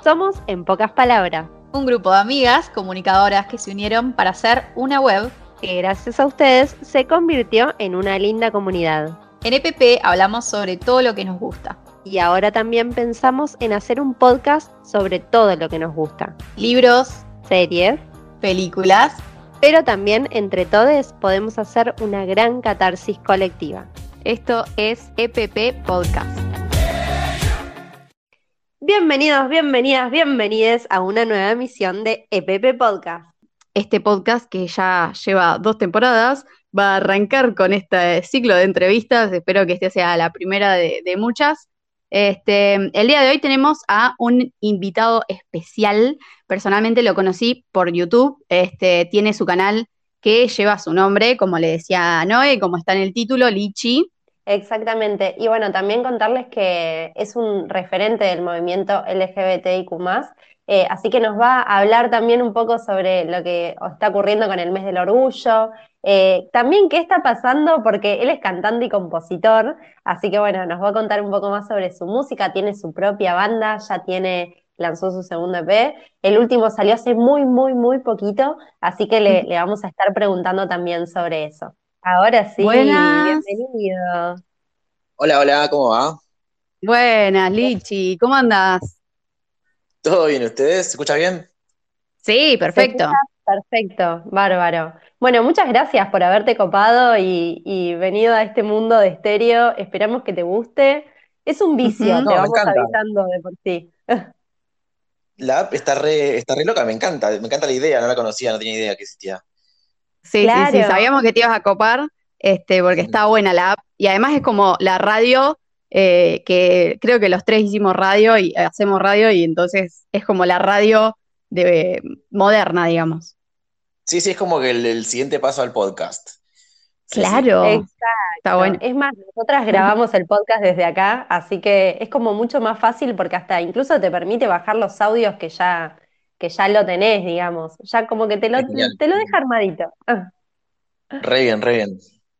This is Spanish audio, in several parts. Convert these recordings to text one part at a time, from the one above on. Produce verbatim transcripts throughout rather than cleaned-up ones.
Somos En Pocas Palabras, un grupo de amigas comunicadoras que se unieron para hacer una web que gracias a ustedes se convirtió en una linda comunidad. En E P P hablamos sobre todo lo que nos gusta. Y ahora también pensamos en hacer un podcast sobre todo lo que nos gusta. Libros, series, películas, pero también entre todos podemos hacer una gran catarsis colectiva. Esto es E P P Podcast. Bienvenidos, bienvenidas, bienvenides a una nueva emisión de E P P Podcast. Este podcast, que ya lleva dos temporadas, va a arrancar con este ciclo de entrevistas. Espero que este sea la primera de, de muchas. Este, el día de hoy tenemos a un invitado especial. Personalmente lo conocí por YouTube. Este, tiene su canal que lleva su nombre, como le decía Noé, como está en el título, Lichi. Exactamente. Y bueno, también contarles que es un referente del movimiento L G B T I Q más, eh, así que nos va a hablar también un poco sobre lo que está ocurriendo con el mes del orgullo, eh, también qué está pasando, porque él es cantante y compositor, así que bueno, nos va a contar un poco más sobre su música. Tiene su propia banda, ya tiene, lanzó su segundo E P, el último salió hace muy, muy, muy poquito, así que le, le vamos a estar preguntando también sobre eso. Ahora sí, Buenas. bienvenido. Hola, hola, ¿cómo va? Buenas, Lichi, ¿cómo andás? ¿Todo bien? ¿Ustedes? ¿Se escucha bien? Sí, perfecto. Perfecto, bárbaro. Bueno, muchas gracias por haberte copado y, y venido a este mundo de estéreo. Esperamos que te guste. Es un vicio, Ujú. te No, me vamos encanta. avisando de por sí. La app está re, está re loca, me encanta, me encanta la idea, no la conocía, no tenía idea que existía. Sí, sí, sí, Claro. sabíamos que te ibas a copar, este, porque está buena la app, y además es como la radio, eh, que creo que los tres hicimos radio y eh, hacemos radio, y entonces es como la radio de, moderna, digamos. Sí, sí, es como que el, el siguiente paso al podcast. Sí, Claro, Exacto. está bueno. Es más, nosotras grabamos el podcast desde acá, así que es como mucho más fácil porque hasta incluso te permite bajar los audios que ya, que ya lo tenés, digamos. Ya como que te lo, sí, genial. te lo deja armadito. Re bien, re bien.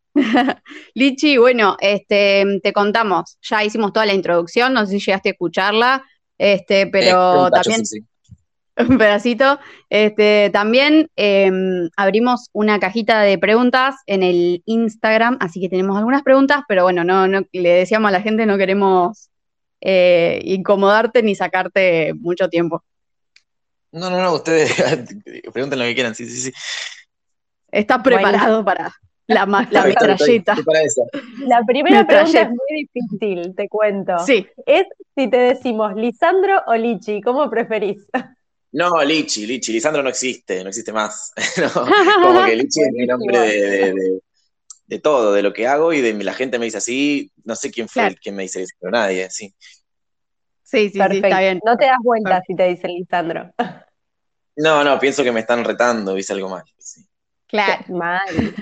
Lichi, bueno, este, te contamos, ya hicimos toda la introducción, no sé si llegaste a escucharla, este, Eh, pero un tacho, también... sí, sí. Un pedacito. Este, también eh, abrimos una cajita de preguntas en el Instagram, así que tenemos algunas preguntas, pero bueno, no, no le decíamos a la gente, no queremos eh, incomodarte ni sacarte mucho tiempo. No, no, no, ustedes pregunten lo que quieran, sí, sí, sí. ¿Estás preparado para la, ma- la Estoy, estoy, estoy, metralleta? estoy para eso. La primera pregunta es Metralleta. muy difícil, te cuento. Sí, Es si te decimos Lisandro o Lichi, ¿cómo preferís? No, Lichi, Lichi, Lisandro no existe, no existe más. No, como que Lichi es mi nombre de, de, de- de todo, de lo que hago y de la gente me dice así, no sé quién fue claro. el que me dice eso, pero nadie, sí. Sí, sí, sí, Perfecto. está bien. No te das vuelta si te dicen Lisandro. No, no, pienso que me están retando, hice algo mal. Sí. Claro. Mal.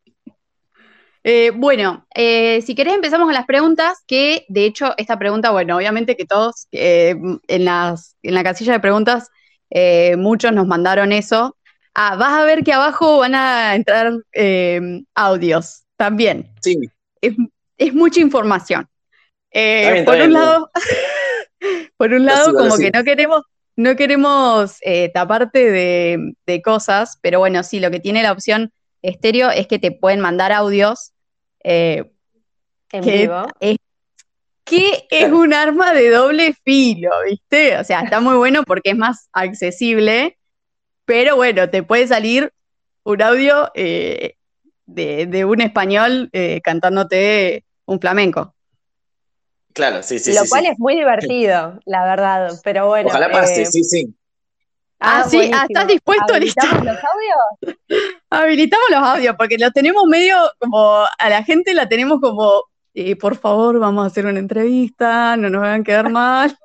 Eh, bueno, eh, si querés empezamos con las preguntas, que de hecho esta pregunta, bueno, obviamente que todos eh, en, las, en la casilla de preguntas, eh, muchos nos mandaron eso. Ah, vas a ver que abajo van a entrar eh, audios también. Sí, Es, es mucha información. Eh, está bien, por está un bien. lado, por un Lo lado, sigo, lo como que sigo. no queremos, no queremos eh, taparte de, de cosas, pero bueno, sí, lo que tiene la opción estéreo es que te pueden mandar audios. eh, En que vivo. es, que es un arma de doble filo, ¿viste? O sea, está muy bueno porque es más accesible, pero bueno, te puede salir un audio eh, de, de un español eh, cantándote un flamenco. Claro, sí, sí, Lo sí, cual sí. es muy divertido, la verdad. Pero bueno. Ojalá pase, eh, sí, sí. Ah, sí, buenísimo. ah, ¿estás dispuesto? Listo. ¿Habilitamos los audios? Habilitamos los audios porque los tenemos medio como, a la gente la tenemos como, eh, por favor, vamos a hacer una entrevista, no nos van a quedar mal.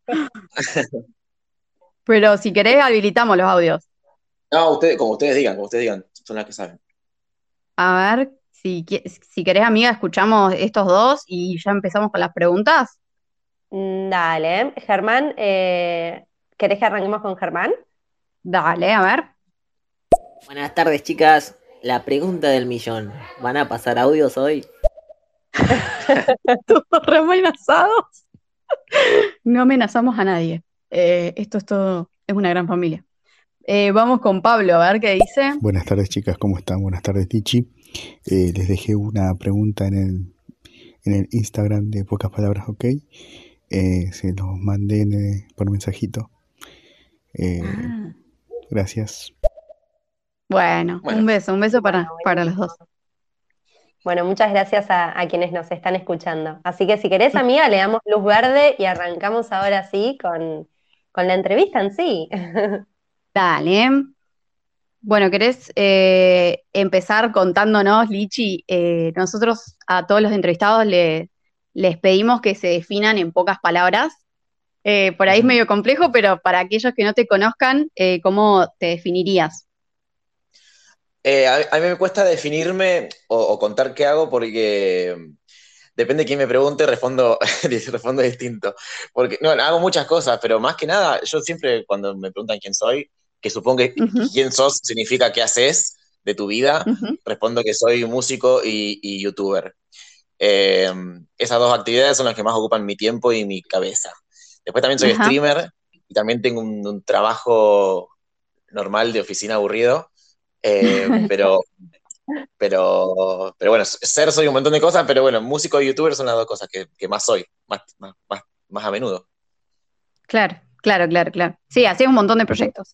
Pero si querés, habilitamos los audios. No, ustedes, como ustedes digan, como ustedes digan, son las que saben. A ver, si, qui- si querés, amiga, escuchamos estos dos y ya empezamos con las preguntas. Mm, Dale. Germán, eh, ¿querés que arranquemos con Germán? Dale, a ver. Buenas tardes, chicas. La pregunta del millón. ¿Van a pasar audios hoy? Todos re amenazados. No amenazamos a nadie. Eh, esto es todo, es una gran familia. Eh, vamos con Pablo, a ver qué dice. Buenas tardes, chicas, ¿cómo están? Buenas tardes, Tichi. Eh, les dejé una pregunta en el, en el Instagram de Pocas Palabras, ¿ok? Eh, se los mandé en, eh, por mensajito. Eh, Ah, gracias. bueno, Bueno, un beso, un beso para, Bueno, para los buenísimo. dos. Bueno, muchas gracias a, a quienes nos están escuchando. Así que si querés, amiga, le damos luz verde y arrancamos ahora sí con, con la entrevista en sí. Dale. Bueno, ¿querés eh, empezar contándonos, Lichi? Eh, nosotros a todos los entrevistados le- les pedimos que se definan en pocas palabras. Eh, por ahí es ujú. medio complejo, pero para aquellos que no te conozcan, eh, ¿cómo te definirías? Eh, a, a mí me cuesta definirme o, o contar qué hago porque depende de quién me pregunte, respondo, respondo distinto. Porque, no, hago muchas cosas, pero más que nada, yo siempre cuando me preguntan quién soy, que supongo que Ujú, quién sos significa qué haces de tu vida, ujú, respondo que soy músico y, y youtuber. Eh, esas dos actividades son las que más ocupan mi tiempo y mi cabeza. Después también soy ajá. streamer y también tengo un, un trabajo normal de oficina aburrido, eh, pero pero, pero bueno, ser soy un montón de cosas, pero bueno, músico y youtuber son las dos cosas que, que más soy, más, más, más, más a menudo. Claro, claro, claro, claro. Sí, hacías un montón de proyectos.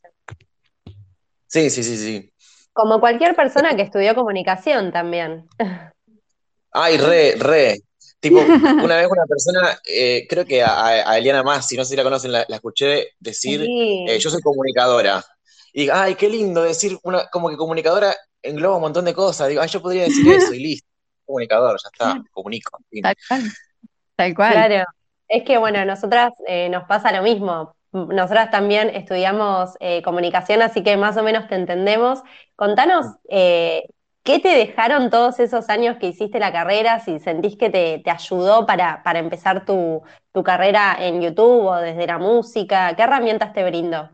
Sí, sí, sí, sí. Como cualquier persona que estudió comunicación también. Ay, re, re. Tipo, una vez una persona, eh, creo que a, a Eliana Massi, no sé si la conocen, la, la escuché decir, eh, Sí, yo soy comunicadora. Y digo, ay, qué lindo decir, una, como que comunicadora engloba un montón de cosas. Digo, ay, yo podría decir eso y listo. Comunicador, ya está, Claro, comunico. Fin. tal cual, tal cual. claro. Es que, bueno, nosotras eh, nos pasa lo mismo. Nosotras también estudiamos eh, comunicación, así que más o menos te entendemos. Contanos, eh, ¿qué te dejaron todos esos años que hiciste la carrera? Si sentís que te, te ayudó para, para empezar tu, tu carrera en YouTube o desde la música, ¿qué herramientas te brindó?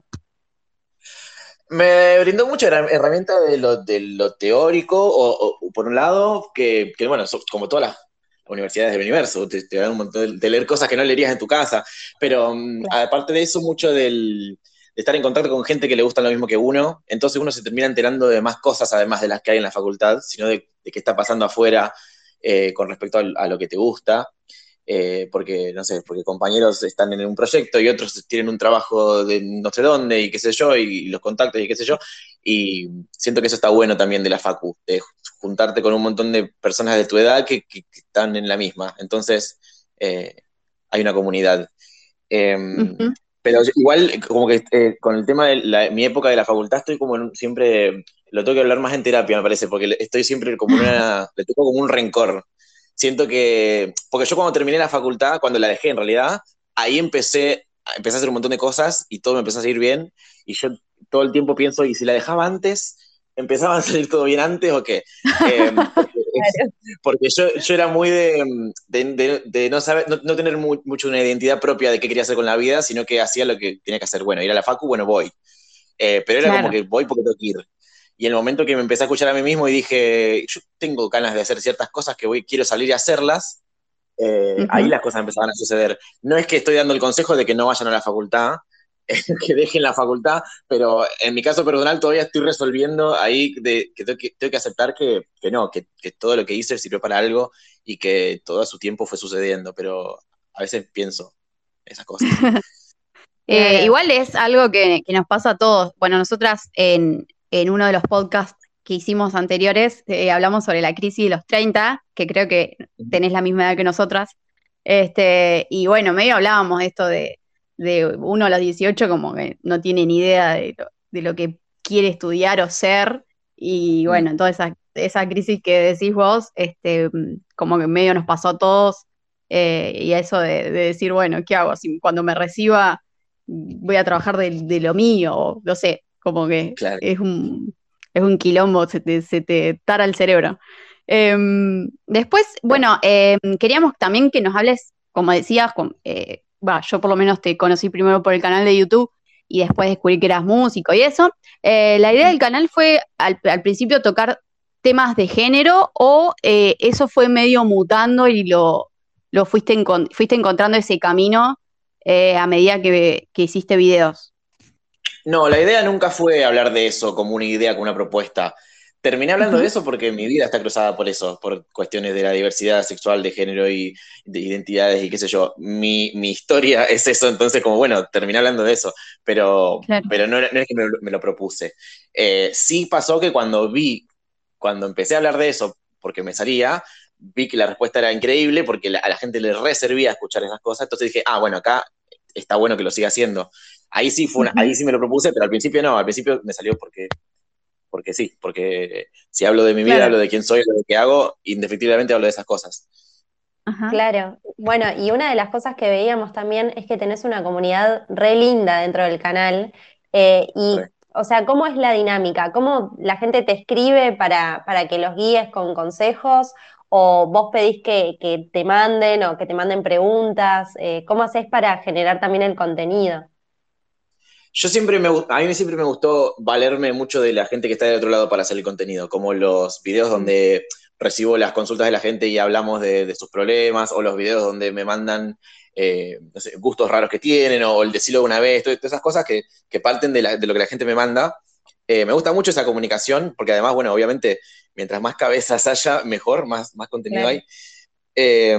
Me brindó mucha her- herramienta de lo, de lo teórico, o, o- por un lado, que, que, bueno, so- como todas las universidades del universo, te, te dan un montón de, de leer cosas que no leerías en tu casa, pero mm, Claro. aparte de eso, mucho del, de estar en contacto con gente que le gusta lo mismo que uno, entonces uno se termina enterando de más cosas además de las que hay en la facultad, sino de, de qué está pasando afuera eh, con respecto al- a lo que te gusta eh, porque, no sé, porque compañeros están en un proyecto y otros tienen un trabajo de no sé dónde y qué sé yo, y, los contactos y qué sé yo, y siento que eso está bueno también de la facu, de juntarte con un montón de personas de tu edad que, que, que están en la misma, entonces eh, hay una comunidad. Eh, Ujú. pero igual, como que eh, con el tema de la- mi época de la facultad, estoy como en un- siempre, lo tengo que hablar más en terapia, me parece, porque le- estoy siempre como en una, le tengo como un rencor. Siento que, porque yo cuando terminé la facultad, cuando la dejé en realidad, ahí empecé, empecé a hacer un montón de cosas y todo me empezó a salir bien. Y yo todo el tiempo pienso, ¿y si la dejaba antes? ¿Empezaba a salir todo bien antes o qué? Eh, porque Claro. porque yo, yo era muy de, de, de- de no saber, no, no tener mu- mucho una identidad propia de qué quería hacer con la vida, sino que hacía lo que tenía que hacer. Bueno, ir a la facu, bueno, voy. Eh, pero era como Claro. que voy porque tengo que ir. Y en el momento que me empecé a escuchar a mí mismo y dije, yo tengo ganas de hacer ciertas cosas que voy, quiero salir y hacerlas, eh, ahí Ujú. las cosas empezaban a suceder. No es que estoy dando el consejo de que no vayan a la facultad, que dejen la facultad, pero en mi caso personal todavía estoy resolviendo ahí de, que, tengo que tengo que aceptar que, que no, que, que todo lo que hice sirvió para algo y que todo a su tiempo fue sucediendo, pero a veces pienso esas cosas. Eh, Claro. igual es algo que, que nos pasa a todos. Bueno, nosotras en, en uno de los podcasts que hicimos anteriores eh, hablamos sobre la crisis de los treinta, que creo que tenés la misma edad que nosotras. Este, y bueno, medio hablábamos de esto de, de uno a los dieciocho como que no tiene ni idea de lo, de lo que quiere estudiar o ser. Y Mm, bueno, toda esa, esa crisis que decís vos, este, como que medio nos pasó a todos. Eh, y eso de, de decir, bueno, ¿qué hago? Si cuando me reciba voy a trabajar de, de lo mío, o no sé, como que claro. es un, es un quilombo, se te, se te tara el cerebro. Em, después, bueno, em, queríamos también que nos hables, como decías, con- eh, va, yo por lo menos te conocí primero por el canal de YouTube y después descubrí que eras músico y eso. Eh, la idea del canal fue al, al principio tocar temas de género o eh, eso fue medio mutando y lo, lo fuiste, encon- fuiste encontrando ese camino eh, a medida que, que hiciste videos. No, la idea nunca fue hablar de eso como una idea, como una propuesta. Terminé hablando de Ujú. eso porque mi vida está cruzada por eso, por cuestiones de la diversidad sexual, de género y de identidades y qué sé yo. Mi, mi historia es eso, entonces como bueno, terminé hablando de eso, pero, Claro. pero no, era- no es que me, lo me lo propuse. Eh, sí pasó que cuando vi, cuando empecé a hablar de eso, porque me salía, vi que la respuesta era increíble porque la- a la gente le reservía escuchar esas cosas, entonces dije, ah, bueno, acá está bueno que lo siga haciendo. Ahí sí fue una- ahí Ujú. sí me lo propuse, pero al principio no, al principio me salió porque, porque sí, porque si hablo de mi vida, Claro. hablo de quién soy, lo de qué hago, indefectiblemente hablo de esas cosas. Ajá. Claro, bueno, y una de las cosas que veíamos también es que tenés una comunidad re linda dentro del canal. eh, y, Re. o sea, ¿cómo es la dinámica? ¿Cómo la gente te escribe para, para que los guíes con consejos? ¿O vos pedís que, que te manden o que te manden preguntas? Eh, ¿cómo haces para generar también el contenido? Yo siempre me, gu- a mí siempre me gustó valerme mucho de la gente que está del otro lado para hacer el contenido, como los videos Mm. donde recibo las consultas de la gente y hablamos de, de sus problemas, o los videos donde me mandan eh, no sé, gustos raros que tienen, o el decirlo de una vez, todas todas esas cosas que, que parten de, la- de lo que la gente me manda. Eh, me gusta mucho esa comunicación, porque además, bueno, obviamente, mientras más cabezas haya, mejor, más, más contenido Claro. hay. Eh,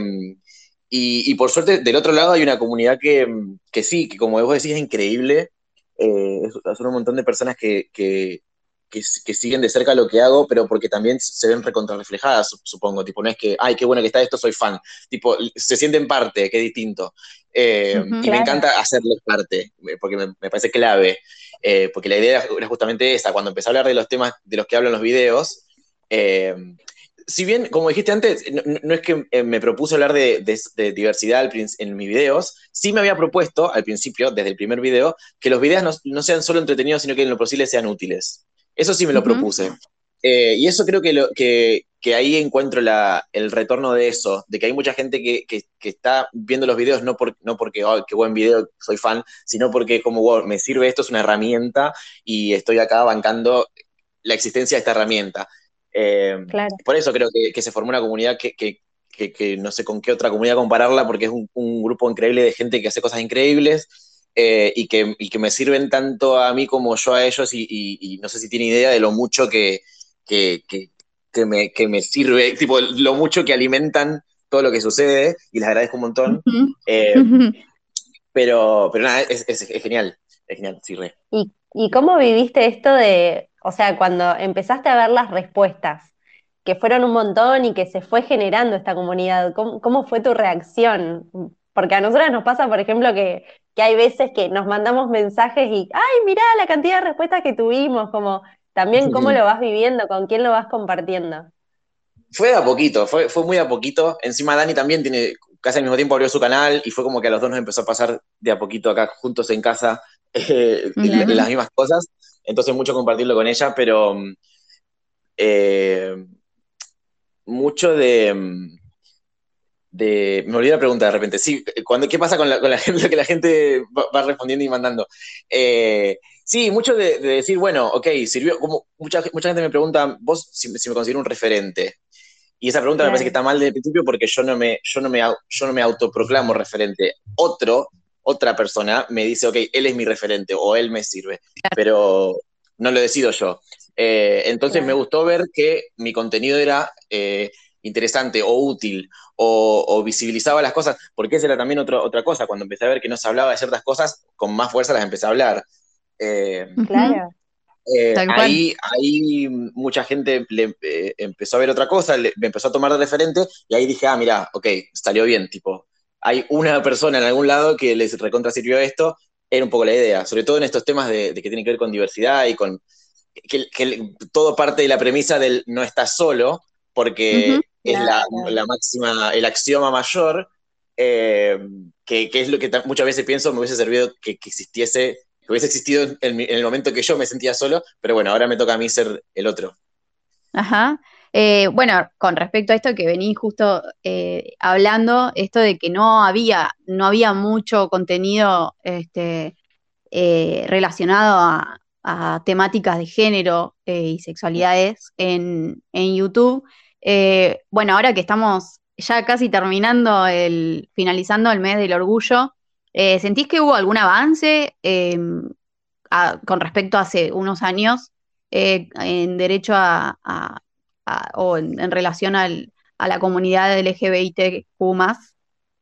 y, y por suerte, del otro lado hay una comunidad que, que sí, que como vos decís, es increíble. Eh, es- son un montón de personas que, que, que, que siguen de cerca lo que hago, pero porque también se ven recontrarreflejadas, su- supongo. Tipo, no es que, ay, qué bueno que está esto, soy fan. Tipo, se sienten parte, que es distinto. Eh, y Ujú. me Claro. encanta hacerles parte, eh, porque me, me parece clave. Eh, porque la idea era justamente esa, cuando empecé a hablar de los temas de los que hablo en los videos, eh, si bien, como dijiste antes, no, no es que eh, me propuse hablar de, de- de diversidad al prin- en mis videos, sí me había propuesto al principio, desde el primer video, que los videos no, no sean solo entretenidos, sino que en lo posible sean útiles. Eso sí me lo Ujú. propuse. Eh, y eso creo que, lo, que, que ahí encuentro la, el retorno de eso, de que hay mucha gente que, que, que está viendo los videos no, por, no porque, oh, qué buen video, soy fan, sino porque como, wow, me sirve esto, es una herramienta y estoy acá bancando la existencia de esta herramienta. Eh, Claro. por eso creo que, que se formó una comunidad que, que, que, que, no sé con qué otra comunidad compararla, porque es un, un grupo increíble de gente que hace cosas increíbles eh, y, que, y, que, me sirven tanto a mí como yo a ellos y, y, y no sé si tiene idea de lo mucho que, que, que, que, me, que me sirve, tipo, lo mucho que alimentan todo lo que sucede y les agradezco un montón. Ujú. Eh, Ujú. pero, pero nada, es, es, es genial, es genial, sí, re. ¿Y, y cómo viviste esto de, o sea, cuando empezaste a ver las respuestas, que fueron un montón y que se fue generando esta comunidad? ¿Cómo, cómo fue tu reacción? Porque a nosotras nos pasa, por ejemplo, que, que hay veces que nos mandamos mensajes y, ay, mirá la cantidad de respuestas que tuvimos, como también cómo lo vas viviendo, con quién lo vas compartiendo. Fue de a poquito, fue, fue muy de a poquito. Encima Dani también tiene, casi al mismo tiempo abrió su canal y fue como que a los dos nos empezó a pasar de a poquito acá juntos en casa eh, Ujú. las mismas cosas. Entonces mucho compartirlo con ella, pero eh, mucho de, de... Me olvidé la pregunta de repente. Sí, cuando, ¿qué pasa con la, con la gente, lo que la gente va, va respondiendo y mandando? Eh, sí, mucho de, de, decir, bueno, ok, sirvió, como mucha, mucha gente me pregunta, vos si, si me considero un referente. Y esa pregunta me parece que Claro, está mal desde el principio porque yo no me, yo no me, yo no me autoproclamo referente. Otro, otra persona me dice, ok, él es mi referente o él me sirve, pero no lo decido yo. Eh, entonces me claro. gustó ver que mi contenido era eh, interesante o útil o, o, visibilizaba las cosas, porque esa era también otro, otra cosa. Cuando empecé a ver que no se hablaba de ciertas cosas, con más fuerza las empecé a hablar. Eh, Ujú. Claro. eh, Tal cual. ahí, ahí mucha gente le, eh, empezó a ver otra cosa, le, me empezó a tomar de referente y ahí dije, ah, mirá, ok, salió bien, tipo, hay una persona en algún lado que les recontra sirvió esto, era un poco la idea, sobre todo en estos temas de, de que tienen que ver con diversidad y con que, que todo parte de la premisa del no estás solo, Ujú. porque es la, Claro. la máxima, el axioma mayor, eh, que, que, es lo que muchas veces pienso, me hubiese servido que, que existiese, que hubiese existido en, en, el momento que yo me sentía solo, pero bueno, ahora me toca a mí ser el otro. Ajá. Eh, bueno, con respecto a esto que vení justo eh, hablando, esto de que no había, no había mucho contenido este, eh, relacionado a, a temáticas de género eh, y sexualidades en, en YouTube. Eh, bueno, ahora que estamos ya casi terminando el, finalizando el mes del orgullo, Eh, ¿sentís que hubo algún avance eh, a- con respecto a hace unos años eh, en derecho a, a- a- o en, en relación al- a la comunidad L G B T Q más?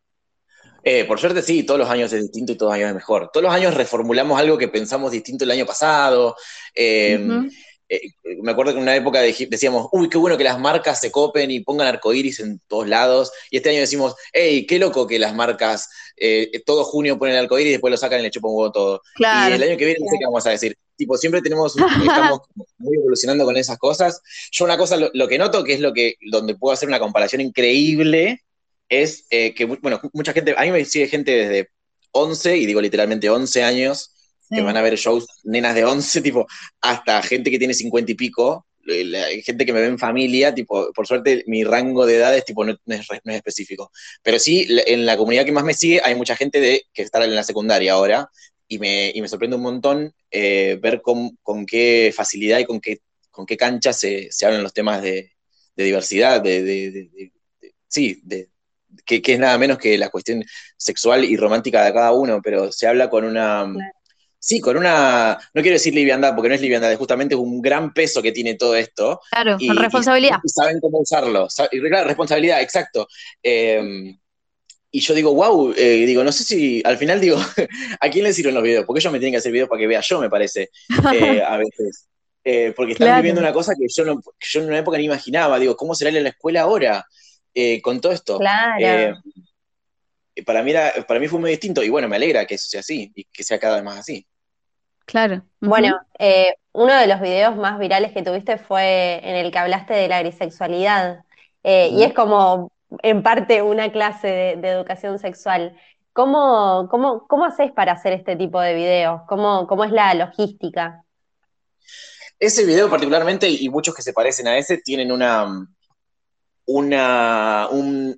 Eh, por suerte sí, todos los años es distinto y todos los años es mejor. Todos los años reformulamos algo que pensamos distinto el año pasado. Eh, Ujú. eh, Me acuerdo que en una época dij- decíamos, uy, qué bueno que las marcas se copen y pongan arcoíris en todos lados. Y este año decimos, hey, qué loco que las marcas eh, todo junio ponen arcoíris y después lo sacan y le chupan un huevo todo. Y el Claro. año que viene no sé qué vamos a decir. Tipo, siempre tenemos, un- estamos como muy evolucionando con esas cosas. Yo una cosa, lo, lo que noto, que es lo que, donde puedo hacer una comparación increíble es eh, que, bueno, mucha gente, a mí me sigue gente desde once y digo literalmente once años, que Sí. van a ver shows, nenas de once tipo, hasta gente que tiene cincuenta y pico, la, gente que me ve en familia, tipo, por suerte mi rango de edades tipo, no, no, es, no es específico. Pero sí, en la comunidad que más me sigue hay mucha gente de, que está en la secundaria ahora, y me, y me sorprende un montón eh, ver con, con, qué facilidad y con qué, con qué cancha se, se hablan los temas de, de diversidad, de, de, de, de, de sí, de, que, que, es nada menos que la cuestión sexual y romántica de cada uno, pero se habla con una, Claro. sí, con una, no quiero decir liviandad, porque no es liviandad, es justamente un gran peso que tiene todo esto, Claro, con y, y, responsabilidad. y saben cómo usarlo, y claro, responsabilidad, exacto. Eh, y yo digo, wow, eh, digo, no sé si, al final digo, ¿a quién le sirven los videos? Porque ellos me tienen que hacer videos para que vea yo, me parece, eh, a veces. Eh, porque están viviendo Claro, una cosa que yo, no, que yo en una época ni imaginaba, digo, ¿cómo será ir a la escuela ahora eh, con todo esto? Eh, Claro. para mí, era, para mí fue muy distinto y bueno, me alegra que eso sea así y que sea cada vez más así. claro. Bueno, Ujú. eh, uno de los videos más virales que tuviste fue en el que hablaste de la grisexualidad. Eh, y es Ujú. como en parte una clase de, de educación sexual. ¿Cómo, cómo, cómo haces para hacer este tipo de videos? ¿Cómo, cómo es la logística? Ese video particularmente y muchos que se parecen a ese tienen una, una un,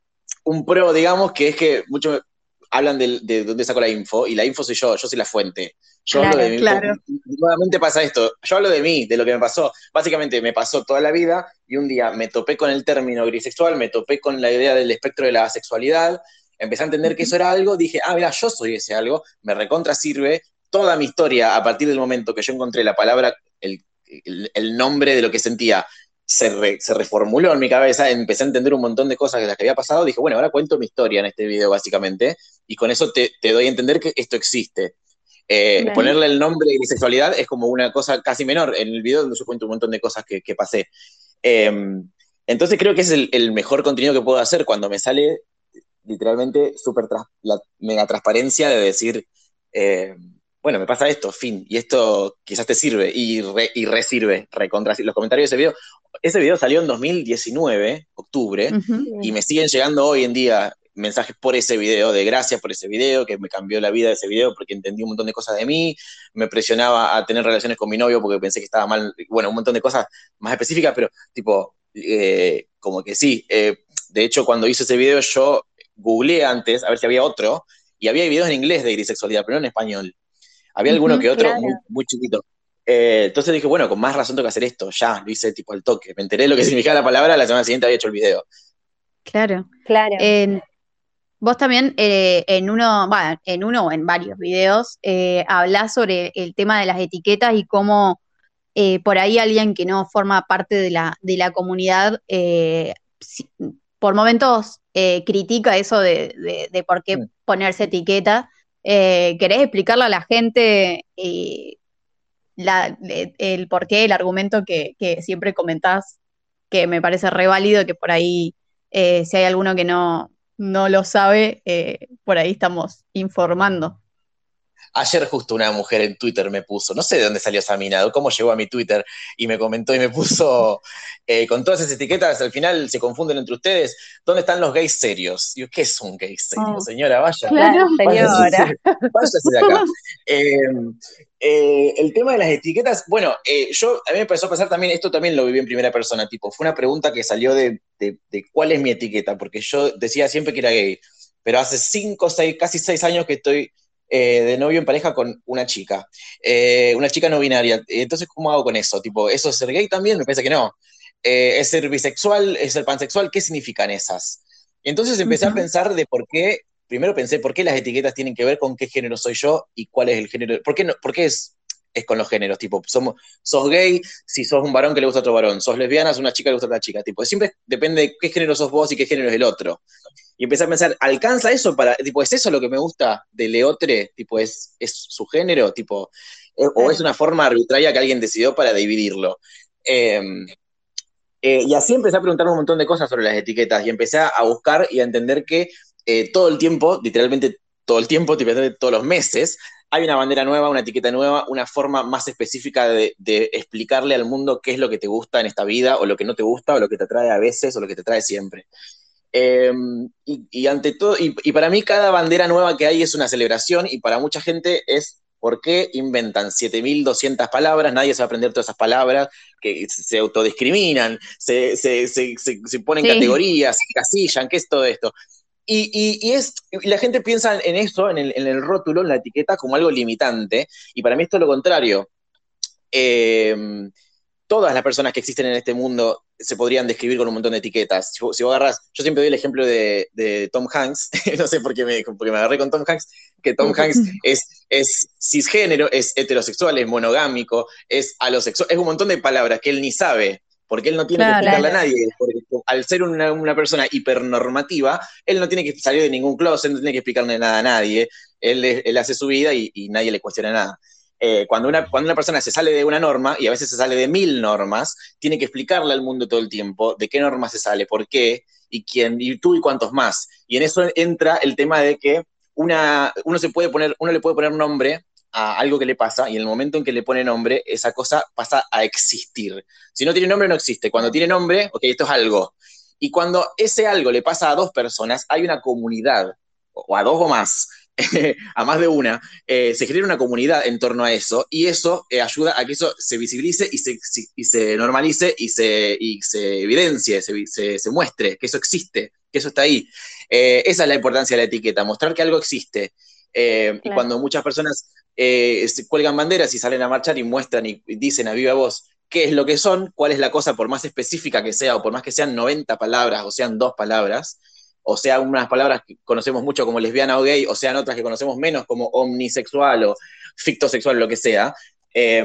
un pro, digamos, que es que muchos hablan de, de dónde saco la info, y la info soy yo, yo soy la fuente. Yo hablo de Claro, mí, Claro. nuevamente pasa esto, yo hablo de mí, de lo que me pasó. Básicamente me pasó toda la vida y un día me topé con el término grisexual, me topé con la idea del espectro de la sexualidad, empecé a entender que eso era algo, dije, ah, mira, yo soy ese algo, me recontra sirve. Toda mi historia, a partir del momento que yo encontré la palabra, el, el, el nombre de lo que sentía, se, re, se, reformuló en mi cabeza, empecé a entender un montón de cosas de las que había pasado, dije, bueno, ahora cuento mi historia en este video básicamente, y con eso te, te doy a entender que esto existe. Eh, bien, ponerle el nombre de bisexualidad es como una cosa casi menor, en el video donde yo cuento un montón de cosas que, que pasé. Eh, entonces creo que es el, el, mejor contenido que puedo hacer cuando me sale literalmente súper tras, la mega transparencia de decir, eh, bueno, me pasa esto, fin, y esto quizás te sirve, y re, y re sirve, re contra, los comentarios de ese video. Ese video salió en dos mil diecinueve, octubre, Ujú. y me siguen llegando hoy en día mensajes por ese video, de gracias por ese video, que me cambió la vida ese video porque entendí un montón de cosas de mí, me presionaba a tener relaciones con mi novio porque pensé que estaba mal, bueno, un montón de cosas más específicas, pero tipo, eh, como que sí. Eh, de hecho, cuando hice ese video yo googleé antes a ver si había otro, y había videos en inglés de grisexualidad, pero no en español. Había alguno Ujú. que otro muy, claro. muy chiquito. Eh, entonces dije, bueno, con más razón tengo que hacer esto, ya, lo hice tipo al toque. Me enteré de lo que significaba la palabra, la semana siguiente había hecho el video. Claro. Claro. En- Vos también eh, en uno, bueno, en uno o en varios videos eh, hablás sobre el tema de las etiquetas y cómo eh, por ahí alguien que no forma parte de la, de la comunidad eh, si- por momentos eh, critica eso de, de- de por qué Mm. ponerse etiqueta. Eh, ¿querés explicarle a la gente eh, la- de- el por qué, el argumento que, que siempre comentás, que me parece re válido, que por ahí, eh, si hay alguno que no, no lo sabe, eh, por ahí estamos informando. Ayer justo una mujer en Twitter me puso, no sé de dónde salió esa mina, cómo llegó a mi Twitter, y me comentó y me puso, eh, con todas esas etiquetas, al final se confunden entre ustedes, ¿dónde están los gays serios? Y yo, ¿qué es un gay serio, Oh, señora? Vaya, claro. Claro, váyase, señora. váyase de acá. Eh, eh, el tema de las etiquetas, bueno, eh, yo, a mí me empezó a pasar también, esto también lo viví en primera persona, tipo, fue una pregunta que salió de, de, de cuál es mi etiqueta, porque yo decía siempre que era gay, pero hace cinco, seis, casi seis años que estoy eh, de novio en pareja con una chica, eh, una chica no binaria. Entonces, ¿cómo hago con eso? Tipo, ¿eso es ser gay también? Me parece que no. Eh, ¿Es ser bisexual? ¿Es ser pansexual? ¿Qué significan esas? Y entonces empecé a Ujú. pensar de por qué, primero pensé, ¿por qué las etiquetas tienen que ver con qué género soy yo y cuál es el género? ¿Por qué, no, por qué es, es con los géneros? Tipo, somos, sos gay si sos un varón que le gusta a otro varón, sos lesbiana, sos una chica que le gusta a otra chica. Tipo, siempre depende de qué género sos vos y qué género es el otro. Y empecé a pensar, ¿alcanza eso para, tipo, es eso lo que me gusta de Leotre? Tipo, ¿es, es su género? Tipo, eh, ¿o es una forma arbitraria que alguien decidió para dividirlo? Eh, eh, y así empecé a preguntarme un montón de cosas sobre las etiquetas y empecé a buscar y a entender que eh, todo el tiempo, literalmente todo el tiempo, literalmente todos los meses, hay una bandera nueva, una etiqueta nueva, una forma más específica de, de explicarle al mundo qué es lo que te gusta en esta vida, o lo que no te gusta, o lo que te atrae a veces, o lo que te trae siempre. Eh, y, y ante todo, y, y para mí cada bandera nueva que hay es una celebración, y para mucha gente es ¿por qué inventan siete mil doscientas palabras? Nadie se va a aprender todas esas palabras, que se autodiscriminan, se, se, se, se, se ponen Sí. categorías, se casillan, ¿qué es todo esto? Y, y, y, es, y la gente piensa en eso, en el, en el rótulo, en la etiqueta, como algo limitante, y para mí esto es lo contrario. Eh, todas las personas que existen en este mundo se podrían describir con un montón de etiquetas. Si vos, si vos agarrás, yo siempre doy el ejemplo de, de Tom Hanks, no sé por qué me, porque me agarré con Tom Hanks, que Tom Hanks es, es cisgénero, es heterosexual, es monogámico, es alosexual, es un montón de palabras que él ni sabe, porque él no tiene Claro. que explicarle a nadie, porque al ser una, una persona hipernormativa, él no tiene que salir de ningún closet, no tiene que explicarle nada a nadie, él, él hace su vida y, y nadie le cuestiona nada. Eh, cuando, una, cuando una persona se sale de una norma, y a veces se sale de mil normas, tiene que explicarle al mundo todo el tiempo de qué norma se sale, por qué, y quién, y tú y cuántos más. Y en eso entra el tema de que una, uno, se puede poner, uno le puede poner nombre a algo que le pasa, y en el momento en que le pone nombre, esa cosa pasa a existir. Si no tiene nombre, no existe. Cuando tiene nombre, ok, esto es algo. Y cuando ese algo le pasa a dos personas, hay una comunidad, o a dos o más, a más de una, eh, se genera una comunidad en torno a eso, y eso eh, ayuda a que eso se visibilice y se, y se normalice y se, y se evidencie, se, se, se muestre, que eso existe, que eso está ahí. Eh, esa es la importancia de la etiqueta, mostrar que algo existe. Eh, claro. Y cuando muchas personas eh, se cuelgan banderas y salen a marchar y muestran y, y dicen a viva voz qué es lo que son, cuál es la cosa, por más específica que sea, o por más que sean noventa palabras, o sean dos palabras, o sea, unas palabras que conocemos mucho como lesbiana o gay, o sean otras que conocemos menos como omnisexual o fictosexual, lo que sea, eh,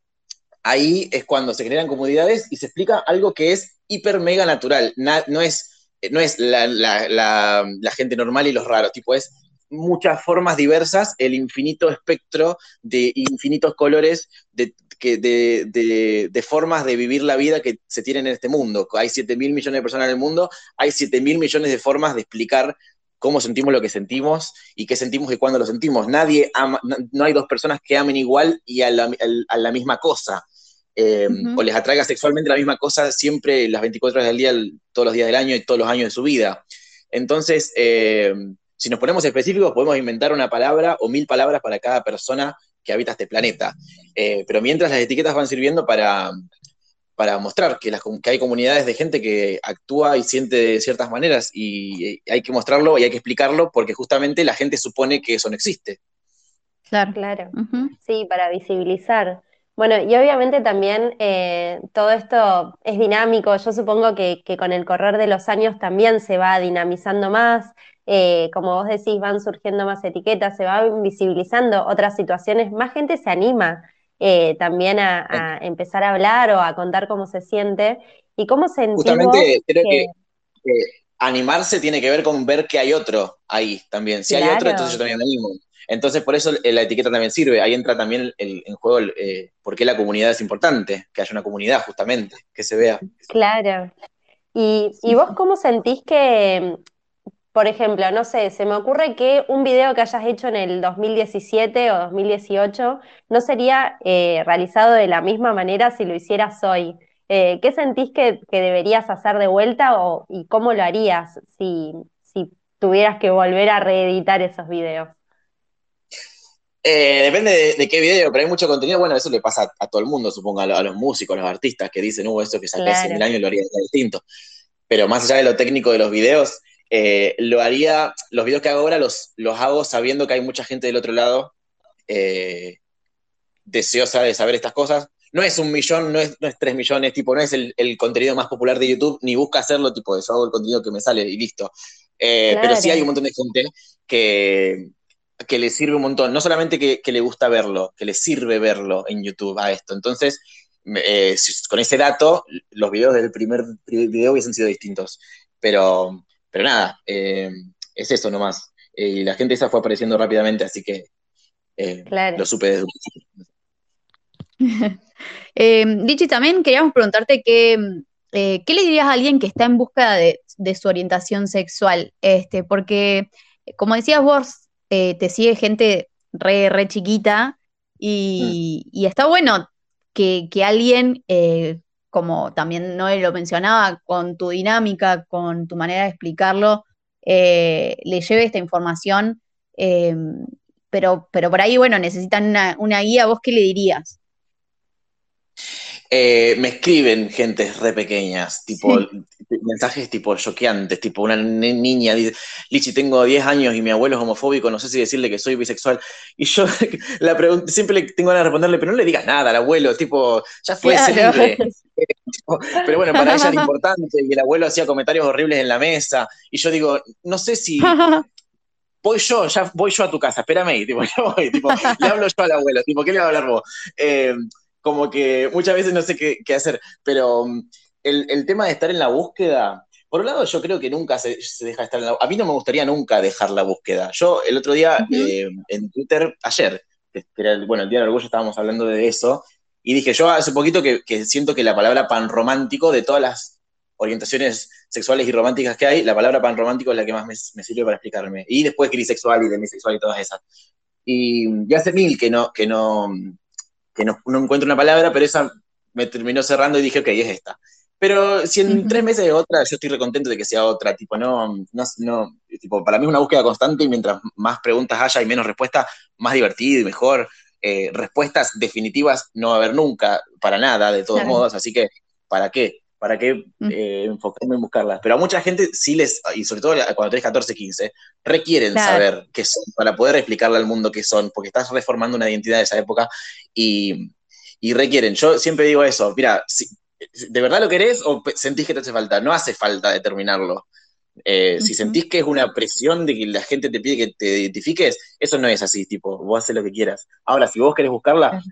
ahí es cuando se generan comunidades y se explica algo que es hiper mega natural. Na, no es, no es la, la, la, la gente normal y los raros, tipo es muchas formas diversas, el infinito espectro de infinitos colores de, que, de, de, de formas de vivir la vida que se tienen en este mundo. Hay siete mil millones de personas en el mundo, hay siete mil millones de formas de explicar cómo sentimos lo que sentimos y qué sentimos y cuándo lo sentimos. Nadie ama, no, no hay dos personas que amen igual y a la, a, a la misma cosa. Eh, uh-huh. O les atraiga sexualmente la misma cosa siempre las veinticuatro horas del día, todos los días del año y todos los años de su vida. Entonces, eh, si nos ponemos específicos, podemos inventar una palabra o mil palabras para cada persona que habita este planeta. Eh, pero mientras las etiquetas van sirviendo para, para mostrar que, las, que hay comunidades de gente que actúa y siente de ciertas maneras, y hay que mostrarlo y hay que explicarlo porque justamente la gente supone que eso no existe. Claro, claro. Uh-huh. Sí, para visibilizar. Bueno, y obviamente también eh, todo esto es dinámico. Yo supongo que, que con el correr de los años también se va dinamizando más. Eh, como vos decís, van surgiendo más etiquetas, se van visibilizando otras situaciones, más gente se anima eh, también a, a empezar a hablar o a contar cómo se siente. ¿Y cómo sentís Justamente vos creo que... que, que animarse tiene que ver con ver que hay otro ahí también. Si claro. hay otro, entonces yo también me animo. Entonces por eso la etiqueta también sirve. Ahí entra también el, en juego el, eh, por qué la comunidad es importante, que haya una comunidad justamente, que se vea. Claro. ¿Y, y vos cómo sentís que... Por ejemplo, no sé, se me ocurre que un video que hayas hecho en el dos mil diecisiete o dos mil dieciocho no sería eh, realizado de la misma manera si lo hicieras hoy. Eh, ¿Qué sentís que, que deberías hacer de vuelta o, y cómo lo harías si, si tuvieras que volver a reeditar esos videos? Eh, depende de, de qué video, pero hay mucho contenido. Bueno, eso le pasa a, a todo el mundo, supongo, a, a los músicos, a los artistas que dicen, uh, esto que saqué hace mil años lo haría distinto. Pero más allá de lo técnico de los videos, Eh, lo haría, los videos que hago ahora los, los hago sabiendo que hay mucha gente del otro lado eh, deseosa de saber estas cosas. No es un millón, no es, no es tres millones, tipo, no es el, el contenido más popular de YouTube, ni busca hacerlo, tipo, yo hago el contenido que me sale y listo. Eh, claro. Pero sí hay un montón de gente que, que le sirve un montón. No solamente que, que le gusta verlo, que le sirve verlo en YouTube a esto. Entonces, eh, con ese dato, los videos del primer video hubiesen sido distintos. Pero, pero nada, eh, es eso nomás. Eh, y la gente esa fue apareciendo rápidamente, así que eh, Claro. lo supe desde Eh, Lichi, también queríamos preguntarte que, eh, ¿qué le dirías a alguien que está en búsqueda de, de su orientación sexual? Este, porque, como decías vos, eh, te sigue gente re, re chiquita y, y está bueno que, que alguien, eh, como también Noé lo mencionaba, con tu dinámica, con tu manera de explicarlo, eh, le lleve esta información, eh, pero, pero por ahí, bueno, necesitan una, una guía. ¿Vos qué le dirías? Eh, me escriben gentes re pequeñas, tipo Sí. mensajes tipo choqueantes, tipo una ne- niña dice, Lichi, tengo diez años y mi abuelo es homofóbico, no sé si decirle que soy bisexual. Y yo la pregun- siempre le tengo ganas de responderle, pero no le digas nada al abuelo, tipo, ya fue, sé Claro. libre. Tipo, pero bueno, para ella era importante y el abuelo hacía comentarios horribles en la mesa. Y yo digo, no sé si voy yo, ya voy yo a tu casa, espérame ahí, tipo, ya voy, tipo, le hablo yo al abuelo, tipo, ¿qué le va a hablar vos? Eh, como que muchas veces no sé qué, qué hacer, pero um, el, el, tema de estar en la búsqueda, por un lado yo creo que nunca se, se deja de estar en la búsqueda, a mí no me gustaría nunca dejar la búsqueda. Yo el otro día Ujú. eh, en Twitter, ayer, que era el, bueno, el Día del Orgullo estábamos hablando de eso, y dije, yo hace poquito que, que siento que la palabra panromántico de todas las orientaciones sexuales y románticas que hay, la palabra panromántico es la que más me, me sirve para explicarme. Y después grisexual y demisexual y todas esas. Y ya hace mil que no, que no, que no, no encuentro una palabra, pero esa me terminó cerrando y dije, ok, es esta. Pero si en Ujú. tres meses es otra, yo estoy recontento de que sea otra. Tipo, no, no, no, tipo, para mí es una búsqueda constante y mientras más preguntas haya y menos respuestas, más divertido y mejor. Eh, respuestas definitivas no va a haber nunca, para nada, de todos Claro. modos, así que, ¿para qué? ¿Para qué Mm. eh, enfocarme en buscarlas? Pero a mucha gente sí les, y sobre todo cuando tenés catorce, quince, requieren Claro. saber qué son, para poder explicarle al mundo qué son, porque estás reformando una identidad de esa época y, y requieren. Yo siempre digo eso, mira, si, ¿de verdad lo querés o sentís que te hace falta? No hace falta determinarlo. Eh, si Ujú. sentís que es una presión de que la gente te pide que te identifiques, eso no es así, tipo, vos haces lo que quieras. Ahora, si vos querés buscarla, Claro.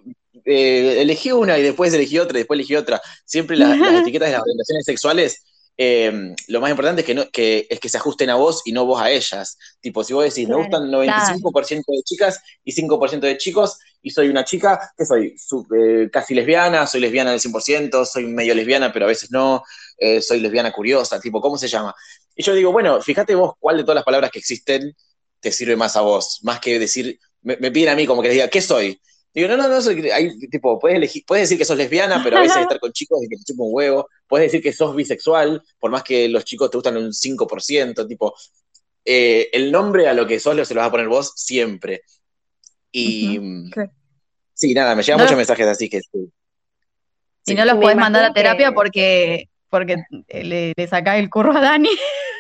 eh, elegí una y después elegí otra y después elegí otra. Siempre la, las etiquetas de las orientaciones sexuales, eh, lo más importante es que, no, que, es que se ajusten a vos y no vos a ellas. Tipo, si vos decís, me Claro. gustan noventa y cinco por ciento de chicas y cinco por ciento de chicos, y soy una chica, ¿qué soy? Su, eh, casi lesbiana, soy lesbiana del cien por ciento, soy medio lesbiana, pero a veces no, eh, soy lesbiana curiosa, tipo, ¿cómo se llama? Y yo digo, bueno, fíjate vos cuál de todas las palabras que existen te sirve más a vos, más que decir, me, me piden a mí como que les diga, ¿qué soy? Digo, no, no, no, soy, hay, tipo, puedes, elegir, puedes decir que sos lesbiana, pero a veces estar con chicos y que te chupa un huevo. Puedes decir que sos bisexual, por más que los chicos te gustan un cinco por ciento, tipo, eh, el nombre a lo que sos lo se lo vas a poner vos siempre. Y Ujú. Claro. sí, nada, me llegan No muchos los, mensajes así que sí. y sí. no los Me podés mandar a imagino terapia que porque, porque le, le sacás el curro a Dani.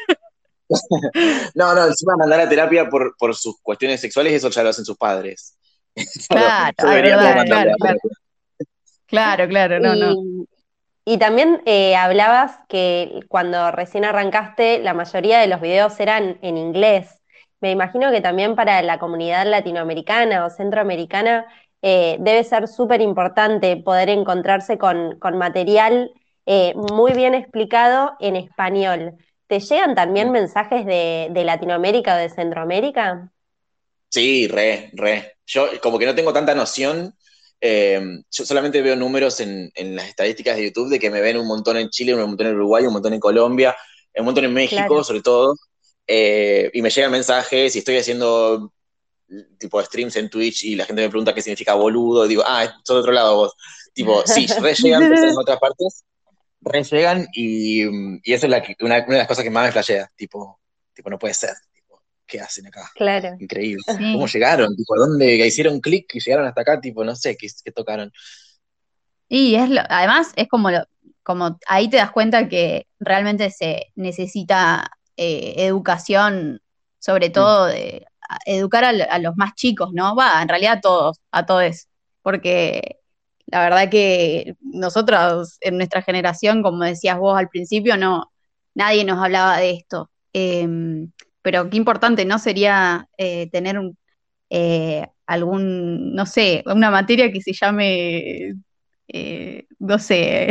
No, no, encima mandar a terapia por, por sus cuestiones sexuales, eso ya lo hacen sus padres. Claro, Claro, yo ah, es debería poder verdad, claro. mandarle claro, a claro, terapia. claro, claro, no, no. Y, y también eh, hablabas que cuando recién arrancaste, la mayoría de los videos eran en inglés. Me imagino que también para la comunidad latinoamericana o centroamericana eh, debe ser súper importante poder encontrarse con, con material eh, muy bien explicado en español. ¿Te llegan también mensajes de, de Latinoamérica o de Centroamérica? Sí, re, re. Yo como que no tengo tanta noción, eh, yo solamente veo números en, en las estadísticas de YouTube de que me ven un montón en Chile, un montón en Uruguay, un montón en Colombia, un montón en México Claro. sobre todo, eh, y me llegan mensajes y estoy haciendo tipo streams en Twitch y la gente me pregunta qué significa boludo, y digo, ah, sos de otro lado vos. Tipo, sí, re llegan personas en otras partes, re llegan y, y eso es la que- una, una de las cosas que más me flashea, tipo, tipo, no puede ser, tipo, ¿qué hacen acá? Claro. Increíble. ¿Cómo Sí. llegaron? Tipo, ¿dónde hicieron clic y llegaron hasta acá? Tipo, no sé, ¿qué, qué tocaron? Y es lo- además es como, lo- como ahí te das cuenta que realmente se necesita eh, educación, sobre Mm. todo de a- educar a, lo- a los más chicos, ¿no? Va, en realidad a todos, a todos, porque la verdad que nosotros en nuestra generación, como decías vos al principio, no, nadie nos hablaba de esto. Em, pero qué importante, ¿no? Sería eh, tener un, eh, algún, no sé, una materia que se llame, eh, no sé,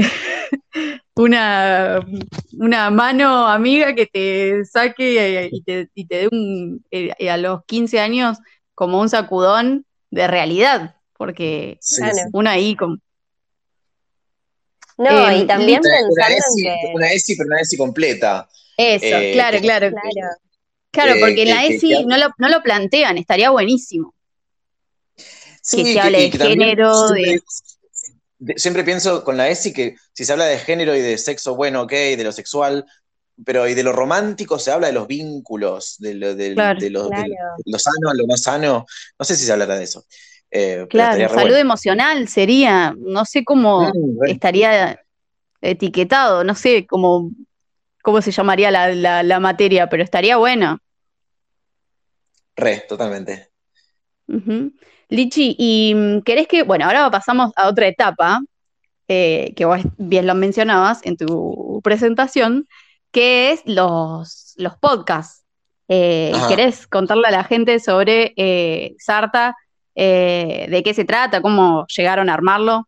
una, una mano amiga que te saque eh, y te, y te dé un, eh, a los quince años como un sacudón de realidad, porque Sí, sí. Claro. uno ahí con... No, y Eh, también Una, una pensando en ESI, que, una ESI, pero una ESI completa. eso, Eh, claro, que, claro. claro, Claro, eh, porque en que, la que- que- ESI no lo, no lo plantean, estaría buenísimo que sí, se que, hable y de que también género, siempre, de... de- siempre pienso con la ESI que si se habla de género y de sexo, bueno, ok, de lo sexual, pero y de lo romántico se habla de los vínculos, de lo, del- Claro, de lo, del- claro. lo sano, lo no sano. No sé si se hablará de eso, eh, pero estaría claro, re salud bueno. emocional sería, no sé cómo Mm, re, estaría etiquetado, no sé cómo, cómo se llamaría la, la, la materia, pero estaría bueno. re, totalmente. Ujú. Lichi, ¿y mm, querés que, bueno, ahora pasamos a otra etapa, eh, que vos bien lo mencionabas en tu presentación, que es los, los podcasts. Eh, Ajá. ¿querés contarle a la gente sobre eh, Sarta, eh, de qué se trata, cómo llegaron a armarlo?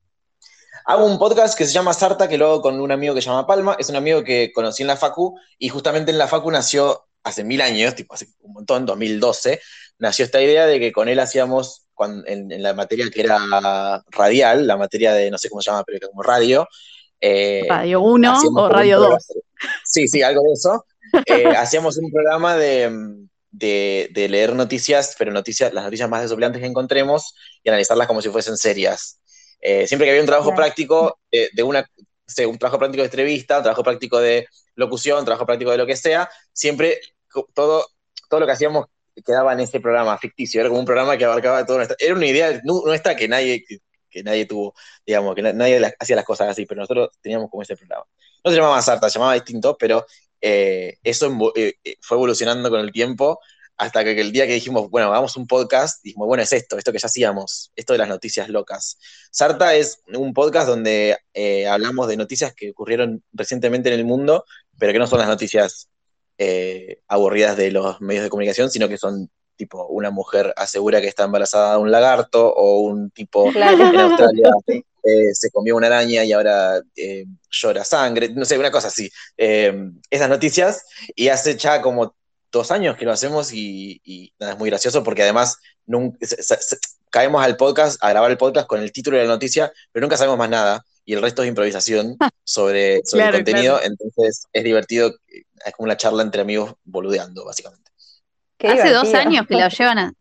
Hago un podcast que se llama Sarta, que lo hago con un amigo que se llama Palma. Es un amigo que conocí en la Facu y justamente en la Facu nació hace mil años, tipo hace un montón, dos mil doce, nació esta idea de que con él hacíamos, cuan- en, en la materia que era radial, la materia de, no sé cómo se llama, pero que como radio, eh, ¿Radio uno hacíamos o como un Radio programa, dos? sí, sí, algo de eso. Eh, hacíamos un programa de, de, de leer noticias, pero noticias, las noticias más desopilantes que encontremos y analizarlas como si fuesen serias. Eh, siempre que había un trabajo Claro. práctico eh, de una, sí, un trabajo práctico de entrevista, un trabajo práctico de locución, un trabajo práctico de lo que sea, siempre todo, todo lo que hacíamos quedaba en ese programa ficticio, era como un programa que abarcaba todo nuestra, era una idea nuestra que nadie, que, que nadie tuvo, digamos, que na, nadie la, hacía las cosas así, pero nosotros teníamos como ese programa. No se llamaba Sarta, se llamaba distinto, pero eh, eso eh, fue evolucionando con el tiempo hasta que el día que dijimos, bueno, hagamos un podcast, dijimos, bueno, es esto, esto que ya hacíamos, esto de las noticias locas. Sarta es un podcast donde eh, hablamos de noticias que ocurrieron recientemente en el mundo, pero que no son las noticias eh, aburridas de los medios de comunicación, sino que son tipo una mujer asegura que está embarazada de un lagarto o un tipo Claro. en Australia Sí. eh, se comió una araña y ahora eh, llora sangre, no sé, una cosa así. Eh, esas noticias, y hace ya como dos años que lo hacemos y, y nada, es muy gracioso porque además nunca, se, se, se, caemos al podcast, a grabar el podcast con el título de la noticia, pero nunca sabemos más nada y el resto es improvisación sobre, sobre el Claro, claro. contenido, entonces es divertido, es como una charla entre amigos boludeando, básicamente. Qué Hace dos divertido. años que lo llevan a...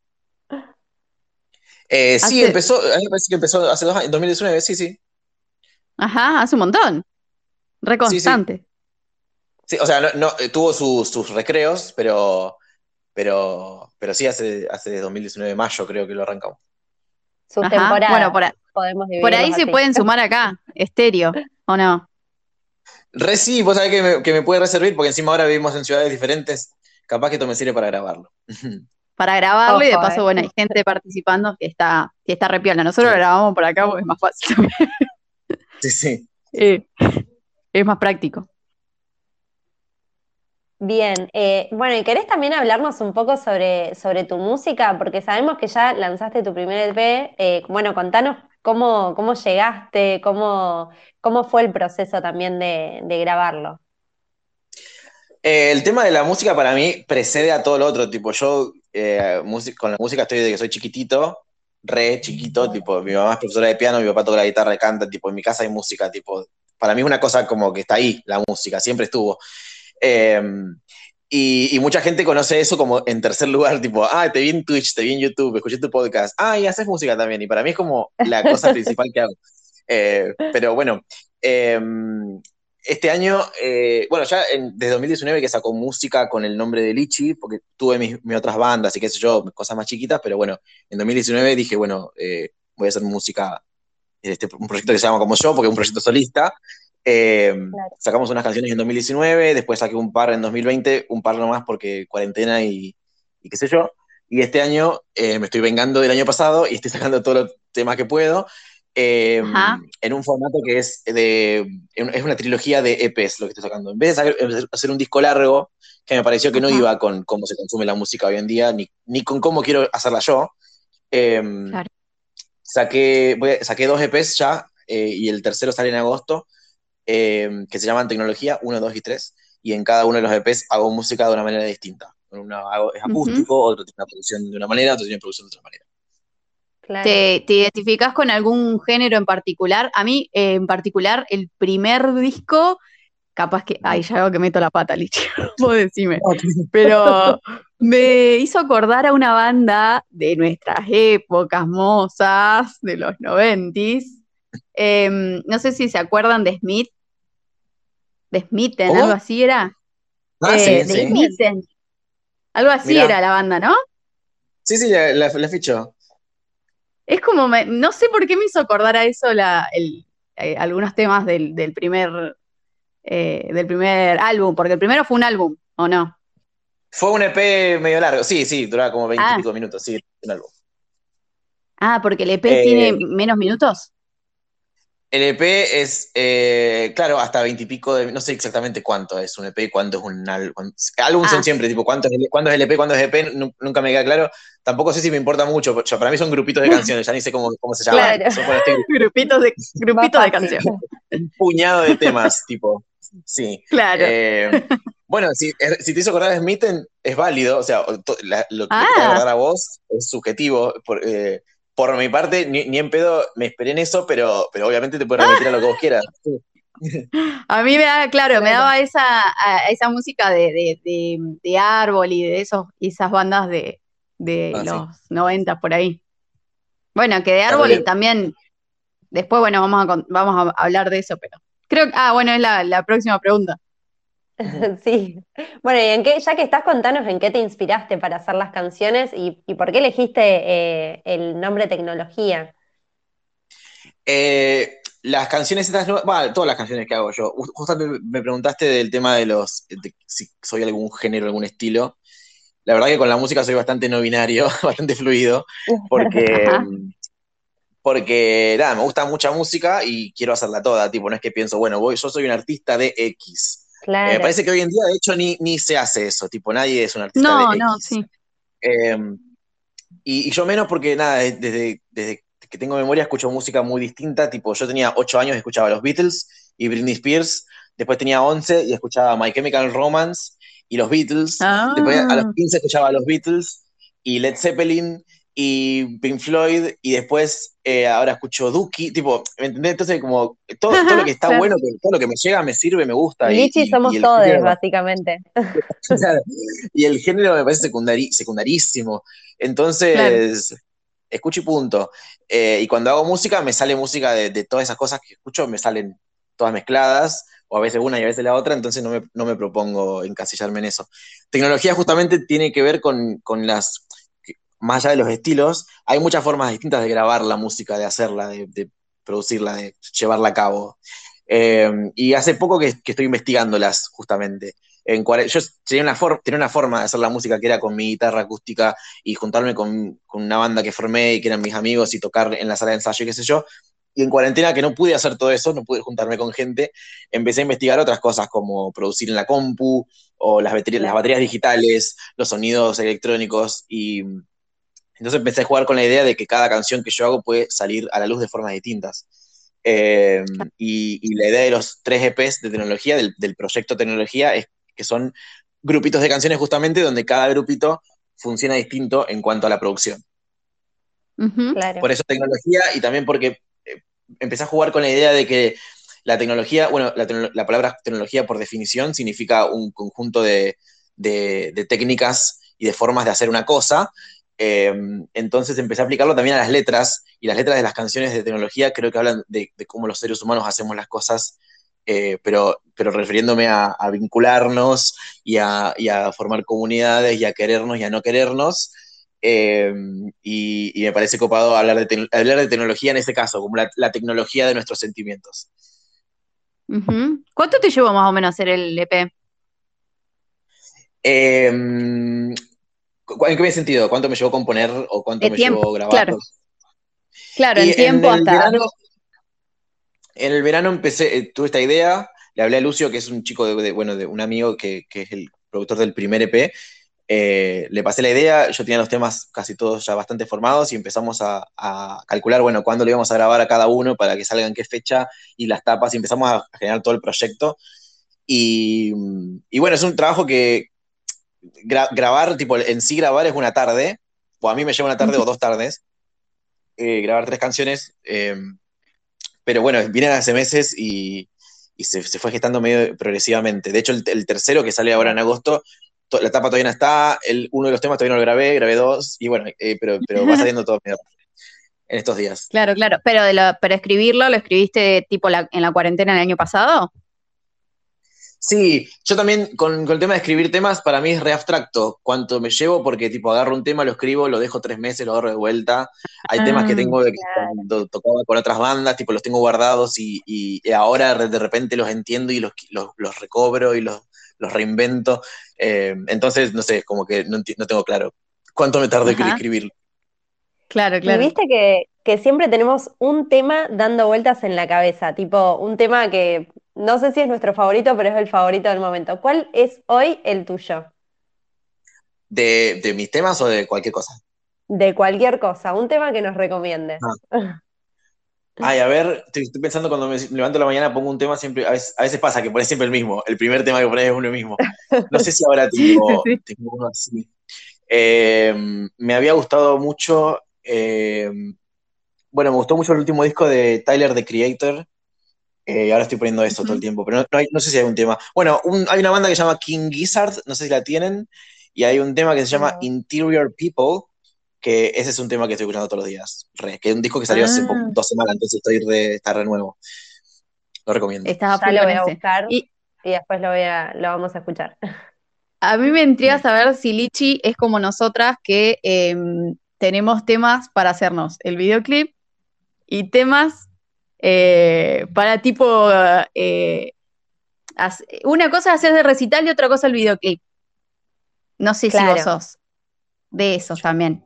Eh, sí, Hace... empezó, a mí me parece que empezó hace dos años, en dos mil diecinueve, sí, sí, Ajá, hace un montón. Re sí, sí. constante. Sí, o sea, no, no, eh, tuvo sus, sus recreos, pero, pero, pero sí, hace, hace dos mil diecinueve, mayo creo que lo arrancamos. Sus Ajá. Bueno, temporadas, por, a- podemos por dividirlos ahí se así. pueden sumar acá, estéreo, ¿o no? Re sí, vos sabés que me, que me puede reservar porque encima ahora vivimos en ciudades diferentes, capaz que esto me sirve para grabarlo. Para grabarlo y de Ojo, paso, eh. bueno, hay gente participando que está, que está re piola. Nosotros lo Claro. grabamos por acá porque es más fácil también. Sí, sí. Eh, es más práctico. Bien, eh, bueno, ¿y querés también hablarnos un poco sobre, sobre tu música? Porque sabemos que ya lanzaste tu primer E P. Eh, bueno, contanos cómo, cómo llegaste, cómo, cómo fue el proceso también de, de grabarlo. Eh, el tema de la música para mí precede a todo lo otro. Tipo, yo eh, música- con la música estoy desde que soy chiquitito, re chiquito. Tipo, mi mamá es profesora de piano, mi papá toca la guitarra y canta. Tipo, en mi casa hay música. Tipo, para mí es una cosa como que está ahí, la música, siempre estuvo. Eh, y, y mucha gente conoce eso como en tercer lugar, tipo, ah, te vi en Twitch, te vi en YouTube, escuché tu podcast, ah, y haces música también. Y para mí es como la cosa principal que hago. Eh, pero bueno, eh, este año, eh, bueno, ya en, desde dos mil diecinueve que sacó música con el nombre de Lichi, porque tuve mis, mis otras bandas y qué sé yo, cosas más chiquitas, pero bueno, en dos mil diecinueve dije, bueno, eh, voy a hacer música, este, un proyecto que se llama Como Yo, porque es un proyecto solista. Eh, Claro. Sacamos unas canciones en dos mil diecinueve, después saqué un par en dos mil veinte, un par nomás porque cuarentena y, y qué sé yo. Y este año eh, me estoy vengando del año pasado y estoy sacando todos los temas que puedo. eh, Ajá. en un formato que es de es una trilogía de E Pes lo que estoy sacando. En vez de hacer un disco largo, que me pareció que no Ajá. iba con cómo se consume la música hoy en día, ni, ni con cómo quiero hacerla yo, eh, Claro. saqué, voy a- saqué dos E Pes ya, eh, y el tercero sale en agosto, eh, que se llaman Tecnología uno, dos y tres, y en cada uno de los E Pes hago música de una manera distinta. Una hago- es Ujú. acústico, otro tiene una producción de una manera, otro tiene una producción de otra manera. Claro. ¿Te, te identificás con algún género en particular? A mí, eh, en particular, el primer disco, capaz que, ay, ya veo que meto la pata, Lichi, vos decime, pero me hizo acordar a una banda de nuestras épocas mozas, de los noventis. Em, no sé si se acuerdan de Smith, de Smithen, algo ¿Cómo? así era. Ah, Eh, sí, de sí. Smithen, algo así era Mirá. la banda, ¿no? Sí, sí, la, la, la ficho. Es como, me- no sé por qué me hizo acordar a eso la, el, eh, algunos temas del, del primer, eh, del primer álbum, porque el primero fue un álbum, ¿o no? Fue un E P medio largo. Sí, sí, duraba como veinte y Ah, pico minutos, sí, un álbum. ah, porque el E P tiene Eh, menos minutos. el E P es, eh, claro, hasta veinte y pico de, no sé exactamente cuánto es un E P y cuánto es un álbum. Álbum son Ah, siempre, tipo, ¿cuánto es, el, cuándo es el E P, cuándo es E P? Nu- Nunca me queda claro. Tampoco sé si me importa mucho, porque yo- para mí son grupitos de canciones, ya ni sé cómo, cómo se llaman. Claro, Son, bueno, este grupo, grupitos de, más grupitos de fácil. canciones. un puñado de temas, tipo, sí. Claro. Eh, bueno, si, eh, si te hizo acordar de Smitten, es válido, o sea, to- la- lo, lo que te haga Ah, acordar a vos es subjetivo. Por, eh, por mi parte, ni, ni en pedo me esperé en eso, pero, pero obviamente te puede remitir a lo que vos quieras. a mí me da, claro, me Claro. daba esa, a- esa música de, de, de, de Árbol y de esos, y esas bandas de, de Ah, sí, los noventas por ahí. Bueno, que de está re Árbol bien. también. Después, bueno, vamos a, con- vamos a hablar de eso, pero creo que, ah, bueno, es la, la próxima pregunta. Sí. Bueno, y en qué, ya que estás, contanos en qué te inspiraste para hacer las canciones y, y por qué elegiste eh, el nombre tecnología. Eh, las canciones estas, nuevas- bueno, todas las canciones que hago yo. Ju- Justamente me preguntaste del tema de los, de si soy algún género, algún estilo. La verdad que con la música soy bastante no binario, bastante fluido, porque, Ajá, porque nada, me gusta mucha música y quiero hacerla toda, tipo, no es que pienso, bueno, voy, yo soy un artista de X. Eh, me Claro. parece que hoy en día, de hecho, ni, ni se hace eso, tipo, nadie es un artista de no, no, X. sí. Eh, y, y yo menos porque, nada, desde, desde que tengo memoria escucho música muy distinta, tipo, yo tenía ocho años y escuchaba los Beatles y Britney Spears, después tenía once y escuchaba My Chemical Romance y los Beatles, después a los Ah, quince escuchaba los Beatles y Led Zeppelin y Pink Floyd, y después eh, ahora escucho Dookie, tipo, ¿me entendés? Entonces, como todo, todo lo que está claro. bueno, todo lo que me llega me sirve, me gusta, y, Lichi y, y somos el todes, género, básicamente. claro, y el género me parece secundari- secundarísimo. Claro. Entonces, escucho y punto. Eh, y cuando hago música, me sale música de, de todas esas cosas que escucho, me salen todas mezcladas, o a veces una y a veces la otra, entonces no me, no me propongo encasillarme en eso. Tecnología justamente tiene que ver con, con las, más allá de los estilos, hay muchas formas distintas de grabar la música, de hacerla, de, de producirla, de llevarla a cabo. Eh, y hace poco que, que estoy investigándolas justamente. En cuare- yo tenía una, for- tenía una forma de hacer la música que era con mi guitarra acústica y juntarme con, con una banda que formé y que eran mis amigos y tocar en la sala de ensayo y qué sé yo. Y en cuarentena, que no pude hacer todo eso, no pude juntarme con gente, empecé a investigar otras cosas como producir en la compu o las baterías, las Claro. baterías digitales, los sonidos electrónicos, y entonces empecé a jugar con la idea de que cada canción que yo hago puede salir a la luz de formas distintas. Eh, y, y, la idea de los tres E Pes de tecnología, del, del proyecto tecnología, es que son grupitos de canciones justamente donde cada grupito funciona distinto en cuanto a la producción. Ujú. Claro. Por eso tecnología, y también porque eh, empecé a jugar con la idea de que la tecnología, bueno, la, la palabra tecnología por definición significa un conjunto de, de, de técnicas y de formas de hacer una cosa. Eh, entonces empecé a aplicarlo también a las letras, y las letras de las canciones de tecnología creo que hablan de, de cómo los seres humanos hacemos las cosas, eh, pero, pero refiriéndome a, a vincularnos y a, y a formar comunidades y a querernos y a no querernos. Eh, y, y, me parece copado hablar de, te hablar de tecnología en este caso, como la, la tecnología de nuestros sentimientos. Ujú. ¿Cuánto te llevó más o menos hacer el E P? Eh, ¿En qué sentido? ¿Cuánto me llevó componer o cuánto De me tiempo, llevó grabar? claro. Claro, Y en en tiempo el hasta. verano, En el verano empecé, eh, tuve esta idea, le hablé a Lucio, que es un chico, de, de- bueno, de un amigo que, que es el productor del primer E P. Eh, le pasé la idea, yo tenía los temas casi todos ya bastante formados y empezamos a, a calcular, bueno, cuándo lo íbamos a grabar a cada uno para que salga en qué fecha y las tapas y empezamos a generar todo el proyecto. Y, y bueno, es un trabajo que gra- grabar, tipo, en sí grabar es una tarde, o a mí me lleva una tarde o dos tardes, eh, grabar tres canciones, eh, pero bueno, vienen hace meses y, y se, se fue gestando medio progresivamente. De hecho, el, el tercero que sale ahora en agosto, to- la etapa todavía no está, el, uno de los temas todavía no lo grabé, grabé dos, y bueno, eh, pero, pero va saliendo todo medio en estos días. Claro, claro. Pero, de lo, pero escribirlo, ¿lo escribiste tipo la- en la cuarentena del año pasado? Sí, yo también con, con el tema de escribir temas, para mí es re abstracto cuánto me llevo, porque tipo agarro un tema, lo escribo, lo dejo tres meses, lo agarro de vuelta. Hay temas que Ah, tengo de que Claro. cuando tocaba con otras bandas, tipo los tengo guardados y, y- y ahora de de repente los entiendo y los, los, los recobro y los, los reinvento. Eh, entonces, no sé, como que no, enti- no tengo claro cuánto me tardó en ajá, escribir. claro, Y claro. viste que, que siempre tenemos un tema dando vueltas en la cabeza, tipo un tema que no sé si es nuestro favorito, pero es el favorito del momento. ¿Cuál es hoy el tuyo? ¿De, de mis temas o de cualquier cosa? De cualquier cosa, un tema que nos recomiendes. Ah. Ay, a ver, estoy, estoy pensando cuando me levanto a la mañana, pongo un tema siempre, a veces, a veces pasa que pones siempre el mismo, el primer tema que pones es uno mismo. No sé si ahora tengo, Sí. tengo uno así. Eh, me había gustado mucho, eh, bueno, me gustó mucho el último disco de Tyler, the Creator, eh, y ahora estoy poniendo eso todo el Ujú. tiempo, pero no, no hay- no sé si hay un tema. Bueno, un- hay una banda que se llama King Gizzard, no sé si la tienen, y hay un tema que se llama No. Interior People, que ese es un tema que estoy escuchando todos los días, re, que es un disco que salió hace po- Ah, dos semanas, entonces estoy re, está re nuevo, lo recomiendo. estaba a Ya full lo con voy a ese. buscar Y y después lo voy a, lo vamos a escuchar. a mí me intriga Mm. saber si Lichi es como nosotras que em, tenemos temas para hacernos el videoclip y temas eh, para tipo eh, hace- una cosa es hacer de recital y otra cosa el videoclip. No sé si vos Claro. sos de esos también.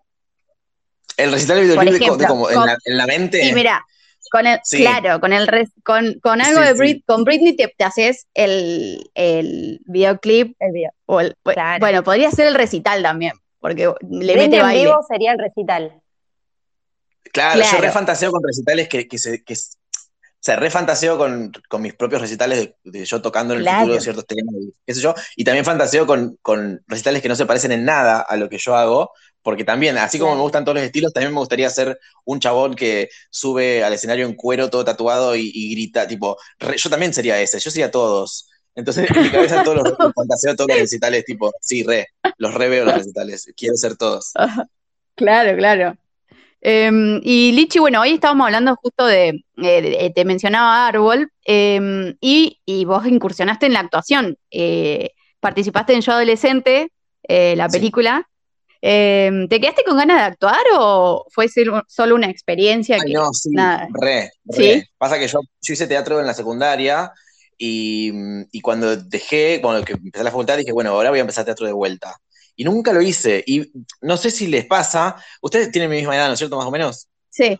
El recital del Por videoclip de, co- de ejemplo, como en con- la, en la sí, mente, mira, con el, sí, claro, con el res- con, con algo sí, de sí. Brit, con Britney te, te haces el, el videoclip, El video. o el, Claro. bueno, podría ser el recital también, porque le Britney mete en baile. vivo sería el recital. Claro, yo re Claro, fantaseo con recitales que, que se, que, s- o sea, re fantaseo con, con mis propios recitales de, de yo tocando en el futuro de claro. ciertos temas, y qué sé yo, y también fantaseo con, con recitales que no se parecen en nada a lo que yo hago, porque también, así como me Claro. gustan todos los estilos, también me gustaría ser un chabón que sube al escenario en cuero, todo tatuado y, y grita, tipo, re- yo también sería ese, yo sería todos. Entonces, en mi cabeza todos los fantaseo todos los recitales, tipo, sí, re, los re veo los recitales, quiero ser todos. Ajá, claro, claro. Em, y Lichi, bueno, hoy estábamos hablando justo de, eh, de- te mencionaba Árbol, em, y, y vos incursionaste en la actuación. Eh, participaste en Yo Adolescente, eh, la Sí. película. Em, ¿te quedaste con ganas de actuar o fue ser- solo una experiencia Ay, que, no, sí, nada, re, sí? re. Pasa que yo, yo hice teatro en la secundaria y, y cuando dejé, cuando que empecé la facultad, dije, bueno, ahora voy a empezar teatro de vuelta. Y nunca lo hice. Y no sé si les pasa, ustedes tienen mi misma edad, ¿no es cierto? Más o menos. Sí,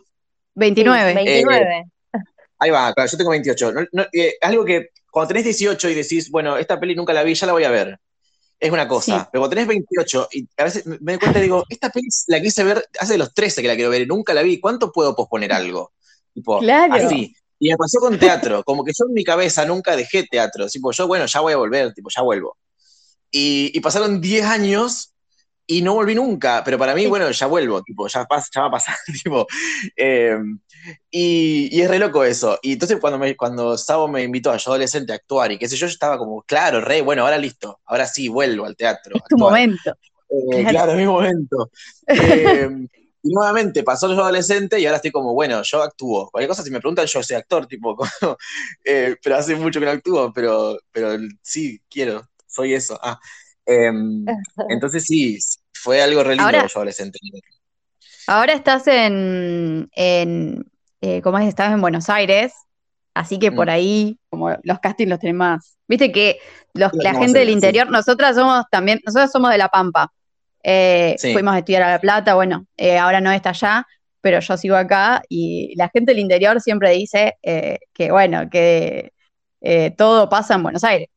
Sí, veintinueve. Eh, veintinueve. ahí va, claro, yo tengo veintiocho. No- no, eh, algo que cuando tenés dieciocho y decís, bueno, esta peli nunca la vi, ya la voy a ver. Es una Sí, cosa, pero cuando tenés veintiocho y a veces me me doy cuenta y digo, esta peli la quise ver hace de los trece que la quiero ver y nunca la vi, ¿cuánto puedo posponer algo? Tipo, claro. así. Y me pasó con teatro, como que yo en mi cabeza nunca dejé teatro, tipo, yo, bueno, ya voy a volver, tipo, ya vuelvo. Y, y pasaron diez años y no volví nunca, pero para mí, bueno, ya vuelvo, tipo, ya, pas, ya va a pasar, tipo. eh, y, y es re loco eso. Y entonces cuando, me, cuando Sabo me invitó a Yo Adolescente a actuar y qué sé yo, yo estaba como, claro, re, bueno, ahora listo, ahora sí, vuelvo al teatro Es a tu actuar. momento, Eh, claro. claro, es mi momento. Eh, y nuevamente pasó Yo Adolescente y ahora estoy como, bueno, yo actúo. Cualquier cosa, si me preguntan, yo soy actor, tipo, como, eh, pero hace mucho que no actúo, pero, pero sí, quiero, soy eso. Ah, eh, entonces sí, fue algo re lindo Ahora, Yo Adolescente. ahora estás en, en eh, ¿cómo es? Estás en Buenos Aires, así que por Mm. ahí, como los castings los tenés más. Viste que los- Sí, lo la tengo más gente del cerca, sí. interior, nosotras somos también, nosotras somos de La Pampa. Eh, Sí. fuimos a estudiar a La Plata, bueno, eh, ahora no está allá, pero yo sigo acá y la gente del interior siempre dice eh, que, bueno, que eh, todo pasa en Buenos Aires.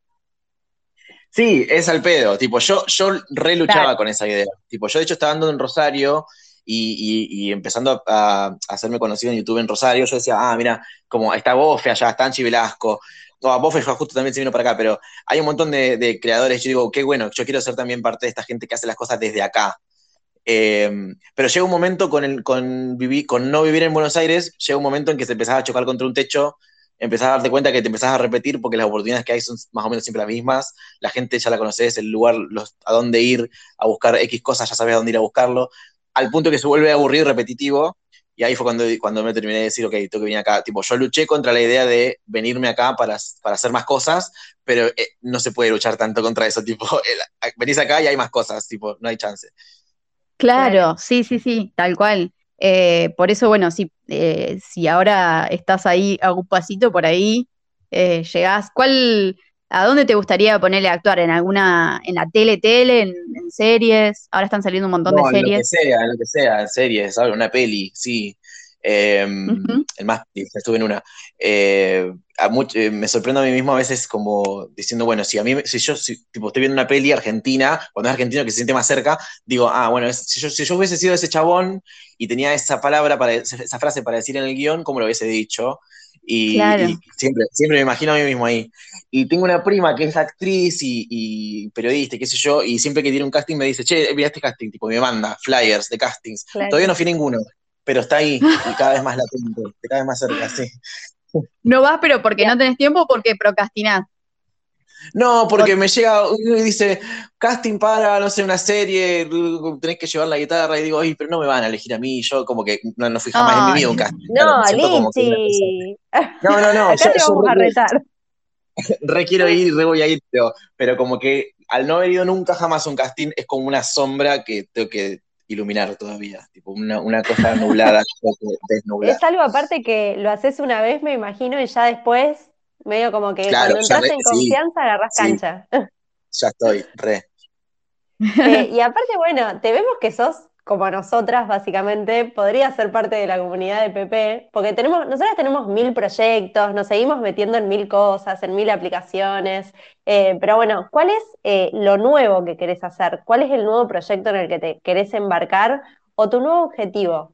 Sí, es al pedo. Tipo, yo, yo re luchaba Claro. con esa idea. Tipo, yo de hecho estaba andando en Rosario y, y- y empezando a, a hacerme conocido en YouTube en Rosario, yo decía, ah, mira, como está Bofe allá, está Anchi Velasco. No, Bofe ya justo también se vino para acá, pero hay un montón de, de creadores. Yo digo, qué bueno, yo quiero ser también parte de esta gente que hace las cosas desde acá. Eh, pero llega un momento con, el, con, vivi- con no vivir en Buenos Aires, llega un momento en que se empezaba a chocar contra un techo, empezás a darte cuenta que te empezás a repetir porque las oportunidades que hay son más o menos siempre las mismas, la gente ya la conoces, el lugar, los, a dónde ir a buscar X cosas, ya sabes a dónde ir a buscarlo, al punto que se vuelve aburrido y repetitivo, y ahí fue cuando, cuando me terminé de decir, ok, tengo que venir acá, tipo, yo luché contra la idea de venirme acá para, para hacer más cosas, pero eh, no se puede luchar tanto contra eso, tipo, el, venís acá y hay más cosas, tipo, no hay chance. Claro. Claro, sí, sí, sí, tal cual. Eh, por eso, bueno, si, eh, si ahora estás ahí a un pasito por ahí, eh, llegás, ¿cuál, a dónde te gustaría ponerle a actuar? ¿En alguna, en la tele, tele, en, en series? Ahora están saliendo un montón de No, en lo que series. sea, en lo que sea, en series, ¿sabes? Una peli, sí. Eh, Ujú. el más, estuve en una. Eh, a much- eh, me sorprendo a mí mismo a veces como diciendo, bueno, si a mí, si yo si, tipo, estoy viendo una peli argentina, cuando es argentino que se siente más cerca, digo, ah, bueno, es- si yo, si yo hubiese sido ese chabón y tenía esa palabra, para, esa frase para decir en el guión, ¿cómo lo hubiese dicho? Y, y Claro. siempre, siempre me imagino a mí mismo ahí. Y tengo una prima que es actriz y, y periodista, y qué sé yo, y siempre que tiene un casting me dice, che, mira este casting, tipo, me manda flyers de castings. Todavía Claro. no fui ninguno, pero está ahí, y cada vez más latente, cada vez más cerca, sí. No vas, pero porque Ya. no tenés tiempo o porque procrastinás. No, O- porque me llega uno y dice, casting para, no sé, una serie, tenés que llevar la guitarra, y digo, ay, pero no me van a elegir a mí, yo como que no, no fui jamás en mi vida a un Ay, casting, claro, me No, siento como que una cosa. Lichi. No, no, no, Acá yo, te yo vamos a re, retar. re quiero ir, re voy a ir, pero, pero como que al no haber ido nunca jamás a un casting es como una sombra que tengo que iluminar todavía, tipo una, una cosa nublada que tengo que desnublar. Es algo aparte que lo haces una vez, me imagino, y ya después, medio como que Claro, cuando ya entras re- en sí, confianza agarrás sí, cancha. ya estoy, re. Eh, y aparte, bueno, te vemos que sos como nosotras, básicamente, podrías ser parte de la comunidad de P P, porque tenemos, nosotras tenemos mil proyectos, nos seguimos metiendo en mil cosas, en mil aplicaciones, eh, pero bueno, ¿cuál es eh, lo nuevo que querés hacer? ¿Cuál es el nuevo proyecto en el que te querés embarcar o tu nuevo objetivo?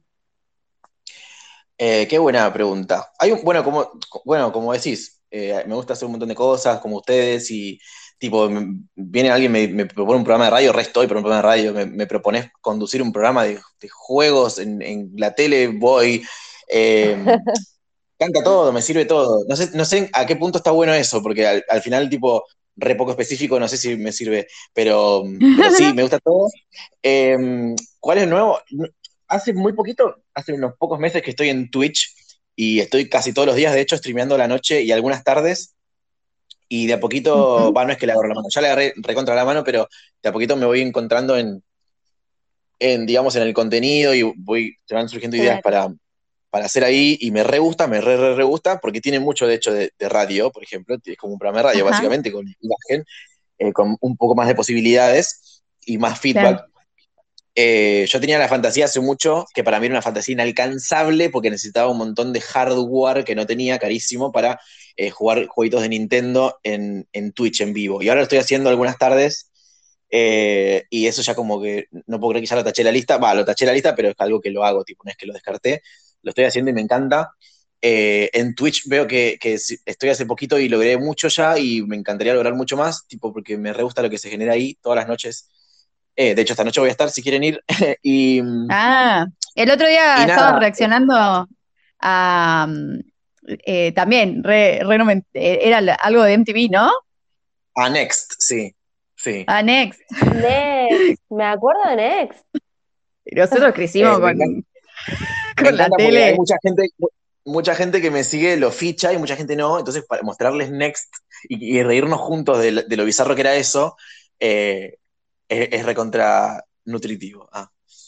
Eh, qué buena pregunta. Hay un, bueno, como, bueno, como decís, eh, me gusta hacer un montón de cosas como ustedes y tipo, me- viene alguien, me, me propone un programa de radio, re estoy por un programa de radio, me, me propones conducir un programa de, de juegos en, en la tele, voy, eh, canta todo, me sirve todo. No sé, no sé a qué punto está bueno eso, porque al, al final, tipo, re poco específico, no sé si me sirve, pero, pero sí, me gusta todo. Eh, ¿Cuál es el nuevo? Hace muy poquito, hace unos pocos meses que estoy en Twitch y estoy casi todos los días, de hecho, streameando la noche y algunas tardes. Y de a poquito, Ujú. va, no es que le agarro la mano, ya le agarré recontra la mano, pero de a poquito me voy encontrando en, en digamos, en el contenido y voy, se van surgiendo ideas Claro, para, para hacer ahí y me re gusta, me re, re, re gusta, porque tiene mucho de hecho de, de radio, por ejemplo, es como un programa de radio Ajá, básicamente, con imagen, eh, con un poco más de posibilidades y más claro. feedback. Eh, yo tenía la fantasía hace mucho, que para mí era una fantasía inalcanzable, porque necesitaba un montón de hardware que no tenía, carísimo, para eh, jugar jueguitos de Nintendo en, en Twitch en vivo. Y ahora lo estoy haciendo algunas tardes, eh, y eso ya como que, no puedo creer que ya lo taché de la lista, va, lo taché de la lista, pero es algo que lo hago, tipo, no es que lo descarté, lo estoy haciendo y me encanta. Eh, en Twitch veo que, que estoy hace poquito y logré mucho ya y me encantaría lograr mucho más, tipo, porque me re gusta lo que se genera ahí todas las noches. Eh, de hecho, esta noche voy a estar si quieren ir. y, Ah, el otro día y estabas nada, eh, reaccionando a mm, eh, también, re, re no me ent- eh, era la- algo de M T V, ¿no? a Next, sí, sí. A Next. Next, me acuerdo de Next. Nosotros Eh, crecimos me encanta, con, me con la encanta porque hay tele. mucha gente, mucha gente que me sigue, lo ficha y mucha gente no. Entonces, para mostrarles Next y, y reírnos juntos de, de lo bizarro que era eso, eh, es, es recontra nutritivo. Ah,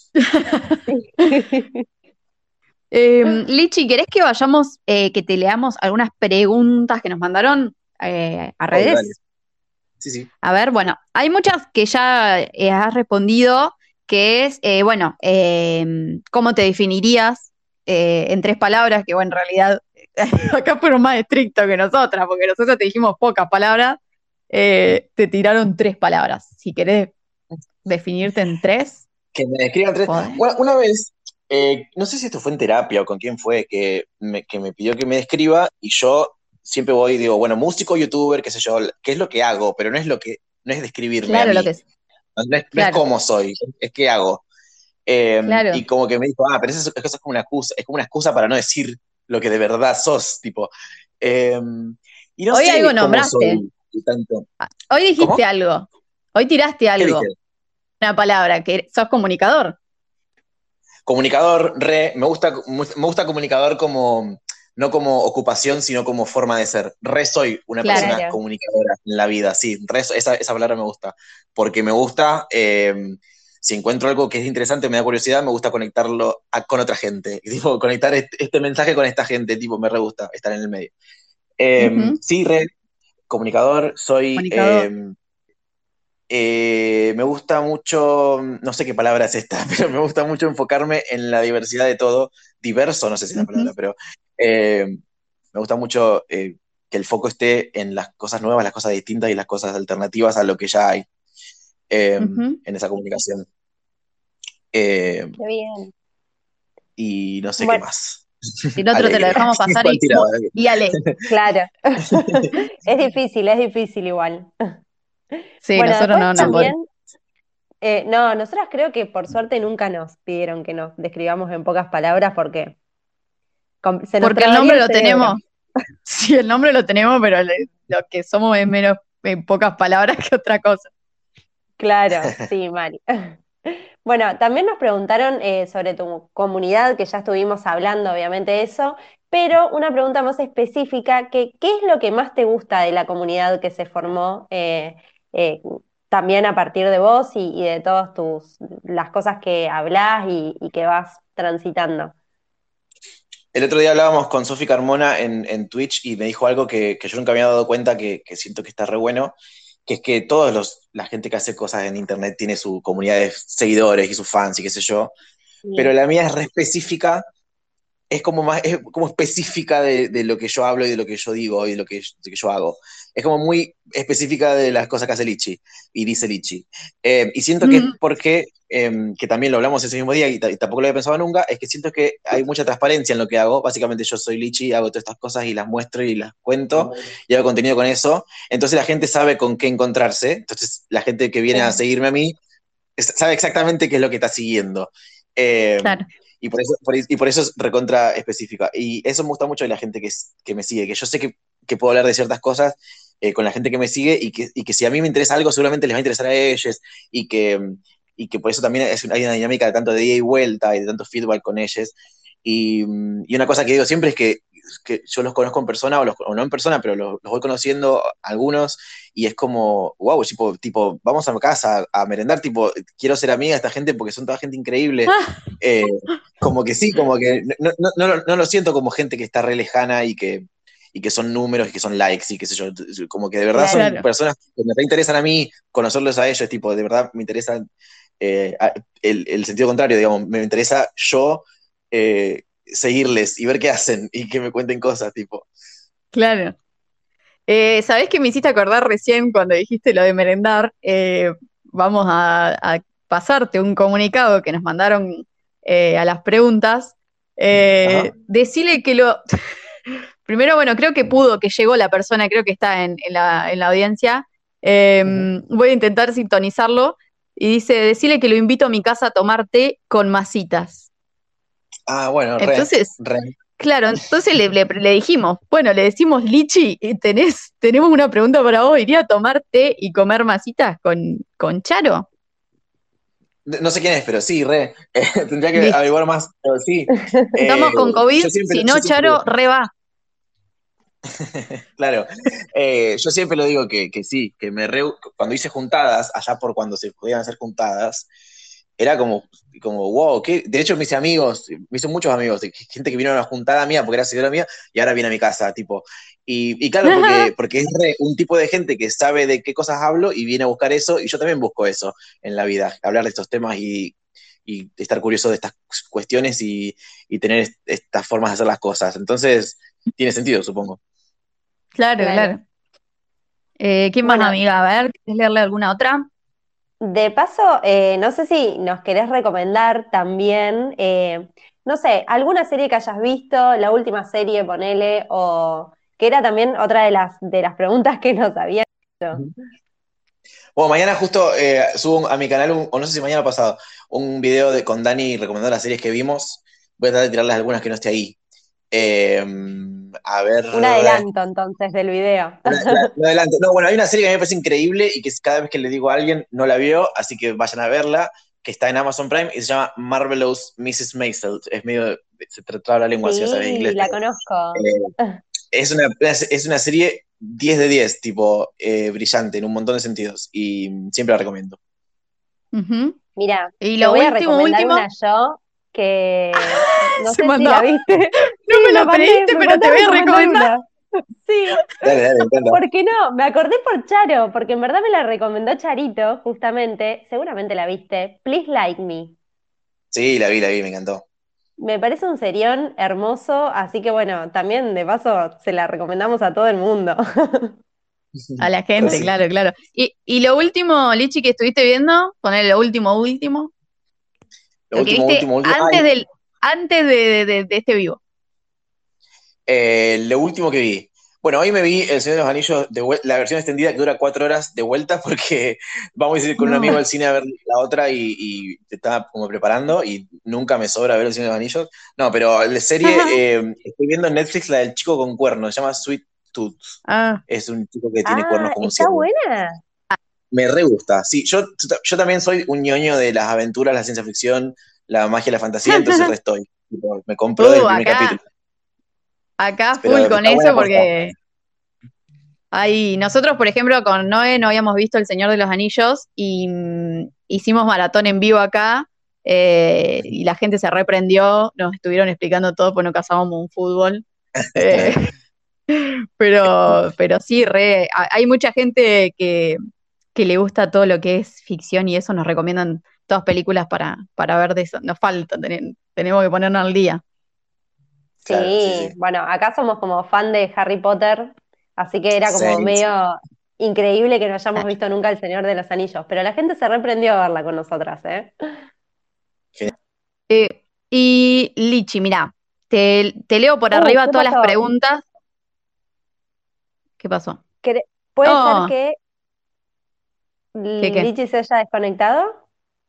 Eh, Lichi, ¿querés que vayamos, eh, que te leamos algunas preguntas que nos mandaron eh, a obvio, dale. redes? Sí, sí. A ver, bueno, hay muchas que ya eh, has respondido, que es, eh, bueno, eh, ¿cómo te definirías? eh, en tres palabras, que bueno, en realidad acá fueron más estrictos que nosotras, porque nosotros te dijimos pocas palabras, eh, te tiraron tres palabras. Si querés definirte en tres, Que me describan tres. podés. Una, una vez, eh, no sé si esto fue en terapia o con quién fue, que me, que me pidió que me describa y yo siempre voy y digo, bueno, músico, youtuber, qué sé yo, qué es lo que hago, pero no es lo que, no es describirme Claro, a lo mí, que es. no es, no es Claro, cómo soy, es qué hago. Eh, claro. y como que me dijo, ah, pero eso, es- eso es como una excusa, es como una excusa para no decir lo que de verdad sos, tipo. Eh, y no Hoy algo sé cómo nombraste. soy y tanto. Hoy dijiste ¿Cómo? algo. Hoy tiraste ¿Qué dije? algo. Una palabra, que sos comunicador. Comunicador, re, me gusta, me gusta comunicador como, no como ocupación, sino como forma de ser. Re soy una Claro. persona Claro. comunicadora en la vida, sí, re, esa, esa palabra me gusta, porque me gusta, eh, si encuentro algo que es interesante, me da curiosidad, me gusta conectarlo a- con otra gente, y, tipo, conectar este, este mensaje con esta gente, tipo, me re gusta estar en el medio. Eh, Ujú. sí, re, comunicador, soy... Comunicador. eh, eh, me gusta mucho, no sé qué palabra es esta, pero me gusta mucho enfocarme en la diversidad de todo, diverso, no sé si es la Ujú. palabra, pero eh, me gusta mucho eh, que el foco esté en las cosas nuevas, las cosas distintas y las cosas alternativas a lo que ya hay eh, Ujú. en esa comunicación. Eh, Qué bien. y no sé qué Bueno, más. El otro te lo Alegre. dejamos pasar ¿Cuál y, mu- tiraba? y ale. claro. Es difícil, es difícil igual. Sí, Bueno, nosotros después no, no también, podemos. eh, no, nosotras creo que por suerte nunca nos pidieron que nos describamos en pocas palabras porque com- se nos Porque el trabaría nombre el lo cerebro. tenemos. Sí, el nombre lo tenemos, pero le- lo que somos es menos en pocas palabras que otra cosa. Claro, sí, Mari. Bueno, también nos preguntaron eh, sobre tu comunidad, que ya estuvimos hablando, obviamente, de eso, pero una pregunta más específica, que ¿qué es lo que más te gusta de la comunidad que se formó eh, eh, también a partir de vos y, y de todas tus, las cosas que hablás y, y que vas transitando? El otro día hablábamos con Sofi Carmona en, en Twitch y me dijo algo que, que yo nunca me había dado cuenta, que, que siento que está re bueno, que es que todos los, la gente que hace cosas en internet tiene su comunidad de seguidores y sus fans y qué sé yo, pero Sí, la mía es re específica, es como más, es como específica de, de lo que yo hablo y de lo que yo digo y de lo que, de que yo hago. Es como muy específica de las cosas que hace Lichi y dice Lichi. Eh, y siento que es Mm. porque, eh, que también lo hablamos ese mismo día y, y tampoco lo había pensado nunca, es que siento que hay mucha transparencia en lo que hago. Básicamente yo soy Lichi, hago todas estas cosas y las muestro y las cuento y hago contenido con eso. Entonces la gente sabe con qué encontrarse. Entonces la gente que viene a sí, seguirme a mí es- sabe exactamente qué es lo que está siguiendo. Eh, Claro. y por eso, por, y por eso es recontra específica. Y eso me gusta mucho de la gente que, es- que me sigue, que yo sé que, que puedo hablar de ciertas cosas eh, con la gente que me sigue y que, y que si a mí me interesa algo, seguramente les va a interesar a ellos y que, y que por eso también es, hay una dinámica de tanto de ida y vuelta y de tanto feedback con ellos. Y, y una cosa que digo siempre es que, que yo los conozco en persona o, los, o no en persona, pero los, los voy conociendo algunos y es como, wow, tipo, tipo vamos a casa a, a merendar, tipo, quiero ser amiga de esta gente porque son toda gente increíble. Ah, Eh, como que sí, como que no, no, no, no lo siento como gente que está re lejana y que, y que son números y que son likes y qué sé yo, como que de verdad claro. son claro. personas que me interesan a mí, conocerlos a ellos, tipo, de verdad me interesa eh, el, el, sentido contrario, digamos, me interesa yo eh, seguirles y ver qué hacen y que me cuenten cosas, tipo. Claro. Eh, ¿sabés qué me hiciste acordar recién cuando dijiste lo de merendar? Eh, vamos a, a pasarte un comunicado que nos mandaron eh, a las preguntas. Eh, Ajá. decile que lo... Primero, bueno, creo que pudo, que llegó la persona, creo que está en, en la, en la audiencia. Eh, Uh-huh. Voy a intentar sintonizarlo. Y dice, decile que lo invito a mi casa a tomar té con masitas. Ah, bueno, re, Entonces, re. claro, entonces le, le- le dijimos, bueno, le decimos, Lichi, eh, tenés, tenemos una pregunta para vos, ¿iría a tomar té y comer masitas con, con Charo? No sé quién es, pero sí, re. Eh, tendría que Listo. averiguar más, pero sí. Eh, Estamos con COVID, yo siempre, si yo no, siempre, Charo, re va. claro, eh, yo siempre lo digo que, que sí, que me re, cuando hice juntadas, allá por cuando se podían hacer juntadas, era como, como wow, ¿qué? De hecho me hice amigos, me hice muchos amigos, gente que vino a una juntada mía porque era seguidora mía y ahora viene a mi casa, tipo. Y, y claro, porque, porque es re, un tipo de gente que sabe de qué cosas hablo y viene a buscar eso, y yo también busco eso en la vida, hablar de estos temas y y estar curioso de estas cuestiones y, y tener est- estas formas de hacer las cosas. Entonces, tiene sentido, supongo. Claro, Claro. claro. Eh, ¿Quién más, Bueno, amiga? A ver, ¿querés leerle alguna otra? de paso, eh, no sé si nos querés recomendar también, eh, no sé, alguna serie que hayas visto, la última serie, ponele, o que era también otra de las, de las preguntas que nos habían hecho. Bueno, mañana justo eh, subo a mi canal, un- o no sé si mañana o pasado, un video de, con Dani recomendando las series que vimos. Voy a tratar de tirarles algunas que no esté ahí. Eh, a ver. Un adelanto entonces del video. Una- la- no, adelante. No, bueno, hay una serie que a mí me parece increíble y que cada vez que le digo a alguien no la vio, así que vayan a verla, que está en Amazon Prime y se llama Marvelous missus Maisel. Es medio, se tra- traba la lengua si ya sabes Sí, inglés, la pero conozco. eh, es una, es una serie diez de diez, tipo eh, brillante en un montón de sentidos y siempre la recomiendo. Ujú. Mira, Y te lo voy a último, recomendar último, una yo que no se sé si mandó. la viste. No Sí, me me lo mandé, pediste, me pero mandé te a voy a recomendar recomendar. una. Sí, Dale, dale, me encanta. ¿por qué no? Me acordé por Charo, porque en verdad me la recomendó Charito, justamente. Seguramente la viste. Please Like Me. Sí, la vi, la vi, me encantó. Me parece un serión hermoso, así que bueno, también de paso se la recomendamos a todo el mundo. A la Re gente, sí. claro, claro. Y, y lo último, Lichi, que estuviste viendo, poner lo último, último, Lo lo que último, viste último, último. antes Ay, del, antes de, de- de este vivo. Eh, lo último que vi. Bueno, hoy me vi El Señor de los Anillos, de vuel- la versión extendida que dura cuatro horas de vuelta porque vamos a ir con un amigo No. al cine a ver la otra y, y te estaba como preparando y nunca me sobra ver El Señor de los Anillos. No, pero la serie, eh, estoy viendo en Netflix la del chico con cuernos, se llama Sweet Tooth. Ah, Es un chico que tiene cuernos Ah, como un ¿está ciervo. buena? Me re gusta. Sí, yo, yo también soy un ñoño de las aventuras, la ciencia ficción, la magia y la fantasía, entonces re estoy. Tipo, me compró del uh, primer capítulo. acá, acá Pero full con está buena eso posta. porque hay, nosotros, por ejemplo, con Noé no habíamos visto El Señor de los Anillos y mm, hicimos maratón en vivo acá eh, y la gente se reprendió, nos estuvieron explicando todo, pues no cazábamos un fútbol. Eh, pero, pero sí, re, a- hay mucha gente que, que le gusta todo lo que es ficción y eso nos recomiendan todas películas para, para ver de eso. Nos falta, tenen- tenemos que ponernos al día. Claro, sí, Sí, sí. bueno, acá somos como fan de Harry Potter, así que era como Same. medio increíble que no hayamos visto nunca El Señor de los Anillos, pero la gente se reprendió a verla con nosotras, ¿eh? Eh, y Lichi, mira, te, te leo por Uh, arriba ¿qué todas las pasó? preguntas. ¿Qué pasó? ¿Cre- ¿Puede ser Oh, que ¿qué qué? Lichi se haya desconectado?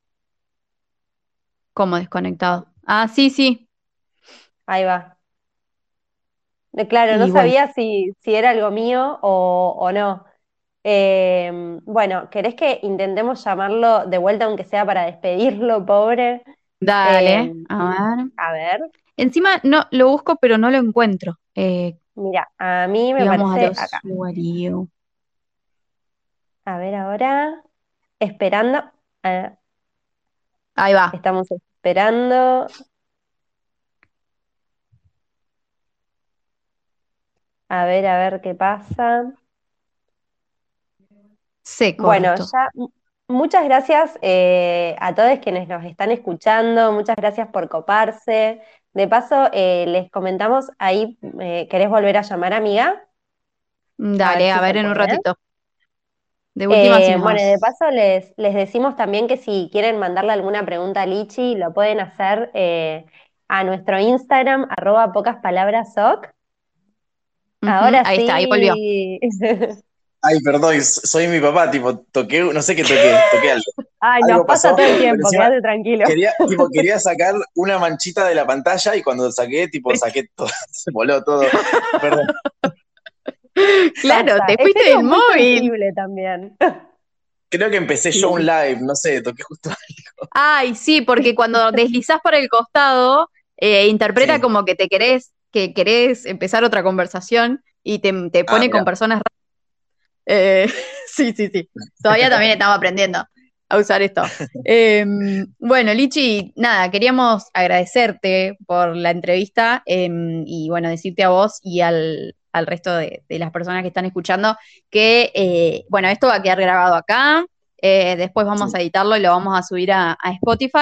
¿Cómo desconectado? Ah, sí, sí. Ahí va. Eh, Claro, no Y bueno, sabía si, si era algo mío o, o no. Eh, bueno, ¿querés que intentemos llamarlo de vuelta, aunque sea para despedirlo, pobre? Eh, dale, a ver. a ver, Encima no lo busco, pero no lo encuentro. Eh, mira, a mí me digamos al parece acá. usuario. A ver ahora, esperando. Ah, Ahí va. estamos esperando. A ver, a ver qué pasa. Se Bueno, cortó. ya m- muchas gracias eh, a todos quienes nos están escuchando, muchas gracias por coparse. De paso, eh, les comentamos ahí, eh, ¿querés volver a llamar, amiga? A ver Dale, a si se ver en un puede. ratito. De última, si Eh, nos bueno, y de das. paso les, les decimos también que si quieren mandarle alguna pregunta a Lichi, lo pueden hacer eh, a nuestro Instagram, arroba pocas palabras soc. Ujú, Ahora ahí está, ahí volvió. sí. Ay, perdón, soy mi papá, tipo, toqué, no sé qué toqué, toqué algo. Ay, nos Algo pasa pasó, todo el pero tiempo, encima quédate tranquilo. quería, tipo, quería sacar una manchita de la pantalla y cuando saqué, tipo, saqué todo, se voló todo. Perdón. Claro, Pasa. te Es fuiste serio del muy móvil. sensible también. Creo que empecé yo un Sí. live, no sé, toqué justo. Ay, sí, porque cuando deslizás para el costado, eh, interpreta Sí. como que te querés, que querés empezar otra conversación y te, te Ah, pone mira. con personas raras. Eh, sí, sí, sí. Todavía también estamos aprendiendo a usar esto. Eh, bueno, Lichi, nada, queríamos agradecerte por la entrevista eh, y bueno, decirte a vos y al, al resto de, de las personas que están escuchando que, eh, bueno, esto va a quedar grabado acá, eh, después vamos Sí. a editarlo y lo vamos a subir a, a Spotify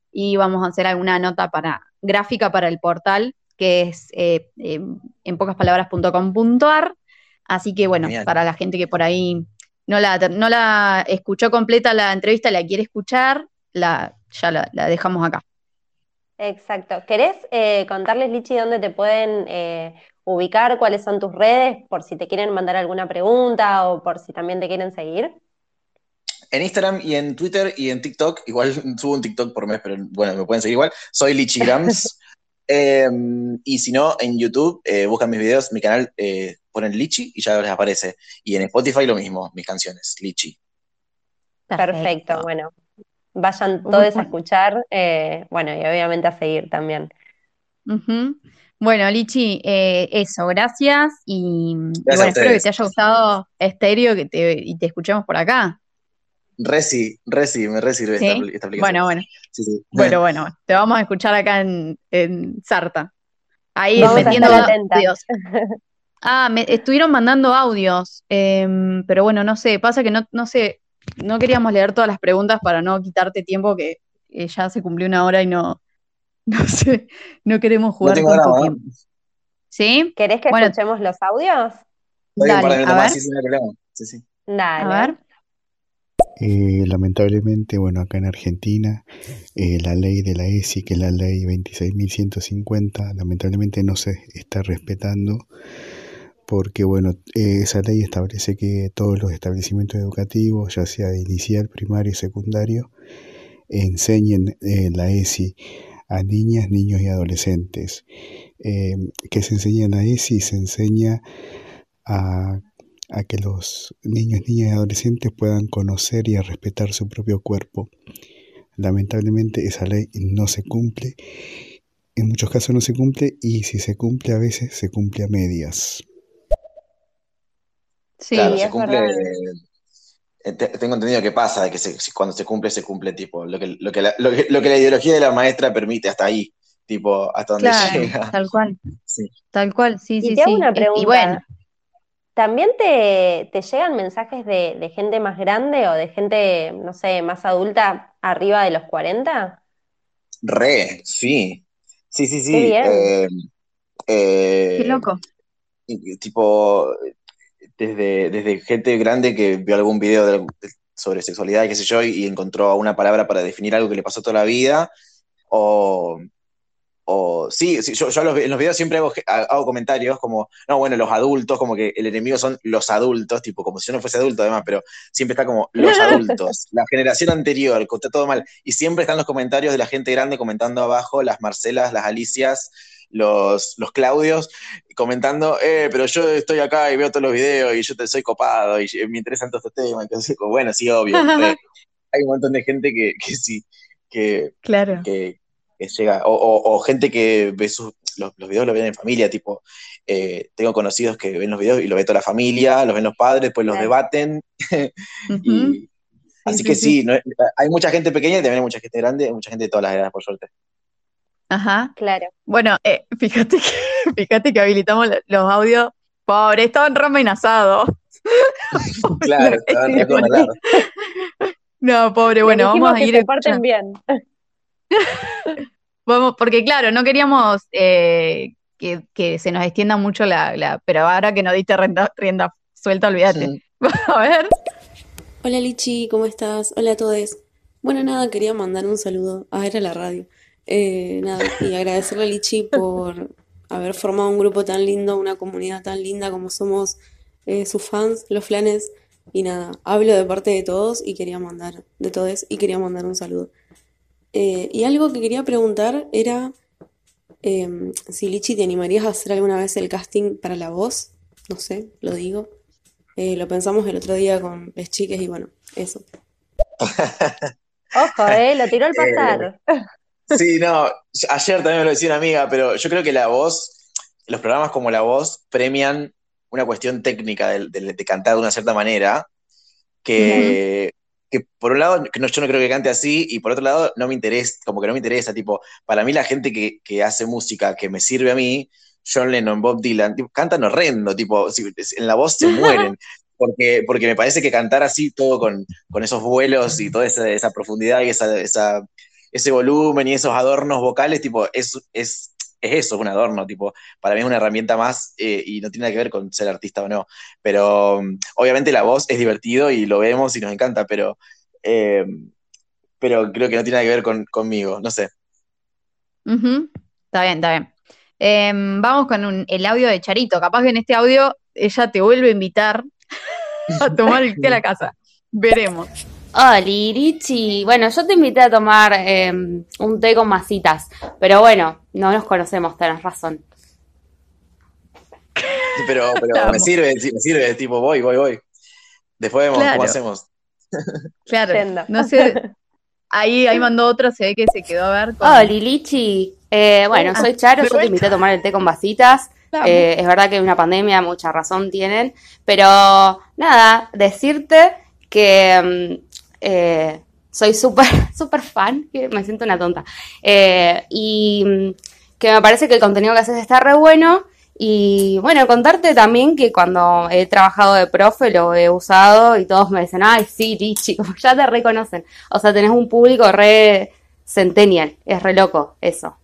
y vamos a hacer alguna nota para gráfica para el portal, que es eh, eh, en pocas palabras punto com punto ar. Así que bueno, Genial. para la gente que por ahí no la, no la escuchó completa la entrevista, la quiere escuchar, la, ya la, la dejamos acá. Exacto. ¿Querés eh, contarles, Lichi, dónde te pueden eh, ubicar, cuáles son tus redes, por si te quieren mandar alguna pregunta o por si también te quieren seguir? En Instagram y en Twitter y en TikTok, igual subo un TikTok por mes, pero bueno, me pueden seguir igual. Soy Lichigrams. eh, y si no, en YouTube, eh, buscan mis videos, mi canal, eh, ponen Lichi y ya les aparece. Y en Spotify lo mismo, mis canciones, Lichi. Perfecto, bueno. Vayan Muy todos a bueno. escuchar, eh, bueno, y obviamente a seguir también. Ujú. Bueno, Lichi, eh, eso, gracias y, y Gracias bueno, a espero que ustedes. te haya gustado Estéreo que te, y te escuchemos por acá. Reci, Reci, me resirve esta, ¿Sí? esta aplicación. Bueno, bueno, Sí, sí. bueno, bueno, te vamos a escuchar acá en, en Sarta. Ahí Vamos a metiendo estar atentas. audios. Ah, me estuvieron mandando audios, em, pero bueno, no sé, pasa que no, no sé, no queríamos leer todas las preguntas para no quitarte tiempo, que eh, ya se cumplió una hora y no, no sé, no queremos No jugar tengo tanto drama, ¿no? tiempo. ¿Sí? ¿Querés que Bueno, escuchemos los audios? Doy un par de dale, minutos a más, ver, sí, sí, no hay problema. Sí, sí. a Dale. ver. Eh, lamentablemente, bueno, acá en Argentina, eh, la ley de la E S I, que es la ley veintiséis mil ciento cincuenta, lamentablemente no se está respetando porque, bueno, eh, esa ley establece que todos los establecimientos educativos, ya sea de inicial, primario y secundario, enseñen eh, la E S I a niñas, niños y adolescentes. Eh, ¿Qué se enseña en la E S I? Se enseña a a que los niños, niñas y adolescentes puedan conocer y a respetar su propio cuerpo. Lamentablemente esa ley no se cumple, en muchos casos no se cumple y si se cumple a veces se cumple a medias. Sí, Claro, Sí, se es cumple. verdad. eh, te- Tengo entendido que pasa, de que se- si- cuando se cumple, se cumple, tipo, lo que, lo que la, lo que- lo que la ideología de la maestra permite, hasta ahí, tipo, hasta donde claro, llega. tal cual, Sí. tal cual, sí, Y sí, te hago sí. una Es- y bueno, pregunta. ¿También te, te llegan mensajes de, de gente más grande o de gente, no sé, más adulta arriba de los cuarenta? Re, sí. Sí, sí, Qué sí. bien. eh, qué eh, loco. y- y tipo, desde, desde gente grande que vio algún video de- de- sobre sexualidad y qué sé yo, y, y encontró una palabra para definir algo que le pasó toda la vida, o, o sí, sí, yo, yo a los- en los videos siempre hago, hago comentarios como, no, bueno, los adultos, como que el enemigo son los adultos, tipo, como si yo no fuese adulto además, pero siempre está como los adultos, la generación anterior, está todo mal, y siempre están los comentarios de la gente grande comentando abajo, las Marcelas, las Alicias, los, los Claudios, comentando, eh, pero yo estoy acá y veo todos los videos y yo te soy copado y me interesan todos estos temas, entonces, bueno, sí, obvio, re. Hay un montón de gente que, que sí, que, Claro. que, que llega, o, o, o gente que ve sus, los, los videos, los ven en familia, tipo, eh, tengo conocidos que ven los videos y lo ve toda la familia, los ven los padres, después los Claro. debaten, Ujú. y Sí, así sí, que sí. sí, no, hay mucha gente pequeña y también hay mucha gente grande, hay mucha gente de todas las edades, por suerte. Ajá. Claro. Bueno, eh, fíjate que, fíjate que habilitamos lo- los audios. Pobre, estaban re amenazados. Claro, La estaban gente re con ponía- No, pobre, Les bueno, dijimos vamos a que ir se porten escuchando. bien. Vamos, porque claro, no queríamos eh, que, que se nos extienda mucho la, la- pero ahora que nos diste rienda, rienda suelta, olvídate. A ver. Hola Lichi, ¿cómo estás? Hola a todos. Bueno, nada, quería mandar un saludo a ver a la radio. Eh, nada, y agradecerle a Lichi por haber formado un grupo tan lindo, una comunidad tan linda como somos eh, sus fans, los flanes. Y nada, hablo de parte de todos y quería mandar, de todos, y quería mandar un saludo. Eh, y algo que quería preguntar era eh, si Lichi te animarías a hacer alguna vez el casting para La Voz. No sé, lo digo. Eh, lo pensamos el otro día con las chicas y bueno, eso. Ojo, eh, lo tiró al Eh, pasar. sí, no, ayer también me lo decía una amiga, pero yo creo que La Voz, los programas como La Voz premian una cuestión técnica de, de- de cantar de una cierta manera, Ujú. que, que por un lado que no, yo no creo que cante así, y por otro lado no me interesa, como que no me interesa, tipo, para mí la gente que, que hace música que me sirve a mí, John Lennon, Bob Dylan, tipo, cantan horrendo, tipo, si- en La Voz se mueren. Porque, porque me parece que cantar así todo con, con esos vuelos y toda esa, esa profundidad y esa, esa ese volumen y esos adornos vocales, tipo, es, es, es eso, es un adorno, tipo, para mí es una herramienta más eh, y no tiene nada que ver con ser artista o no. Pero um, obviamente la voz es divertido y lo vemos y nos encanta, pero, eh, pero creo que no tiene nada que ver con, conmigo, no sé. Ujú. Está bien, está bien. Em, vamos con un- el audio de Charito. Capaz que en este audio ella te vuelve a invitar a tomar el té a la casa. Veremos. Hola, Lichi. Bueno, yo te invité a tomar eh, un té con masitas, pero bueno, no nos conocemos, tenés razón. Pero, pero La me amo. sirve, sí, me sirve, tipo, voy, voy, voy. Después vemos cómo Claro, hacemos. claro. Yendo. No sé, ahí, ahí mandó otro, se ve que se quedó a ver Hola, con. Lichi. Eh, bueno, Ah, soy Charo, de yo te invité a vuelta. tomar el té con vasitas. La amo. Eh, es verdad que hay una pandemia, mucha razón tienen, pero nada, decirte que mm, eh, soy súper súper fan, que me siento una tonta, Eh, y mm, que me parece que el contenido que haces está re bueno. Y bueno, contarte también que cuando he trabajado de profe lo he usado y todos me dicen, ay, sí, Lichi, como ya te reconocen. O sea, tenés un público re centennial, es re loco eso.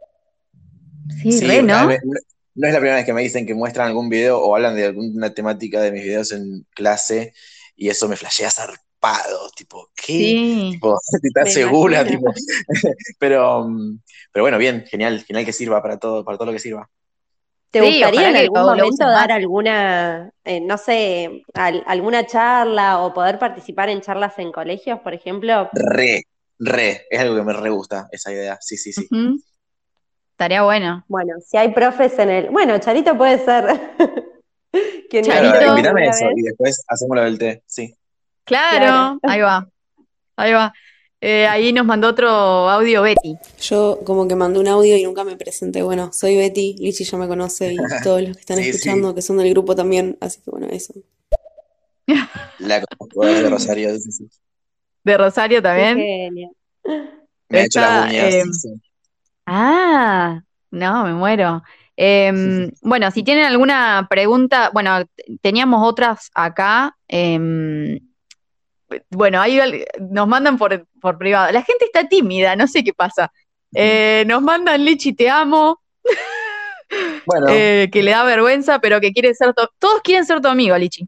Sí, Sí, re, ¿no? realmente, no no es la primera vez que me dicen que muestran algún video o hablan de alguna temática de mis videos en clase y eso me flashea zarpado, tipo, ¿qué? Sí, Tipo, estás Me segura, imagino. tipo, pero, mm, pero bueno, bien, genial, genial que sirva para todo, para todo lo que sirva. ¿Te sí, gustaría ojalá en que algún lo, lo momento usen dar más. alguna, eh, no sé, al- alguna charla o poder participar en charlas en colegios, por ejemplo? Re, re, es algo que me re gusta esa idea, sí, sí, sí. Ujú. Estaría bueno. Bueno, si hay profes en el... Bueno, Charito puede ser quien Claro, invite Charito, invítame a alguna eso vez. y después hacemos lo del té, sí. Claro. claro, ahí va, ahí va. Eh, ahí nos mandó otro audio Betty. Yo como que mandé un audio y nunca me presenté. Bueno, soy Betty, Lichi ya me conoce y todos los que están Sí, sí, escuchando que son del grupo también, así que bueno, eso. la conozco, es de Rosario, sí, sí. De Rosario Qué también. genio. Me ha hecho las Está, uñas, eh, sí, sí. ah, no, me muero. Em, bueno, si tienen alguna pregunta, bueno, t- teníamos otras acá. em, bueno, ahí al- nos mandan por, por privado. La gente está tímida, no sé qué pasa. Eh, nos mandan Lichi, te amo, Bueno, eh, que le da vergüenza, pero que quiere ser tu... Todos quieren ser tu amigo, Lichi.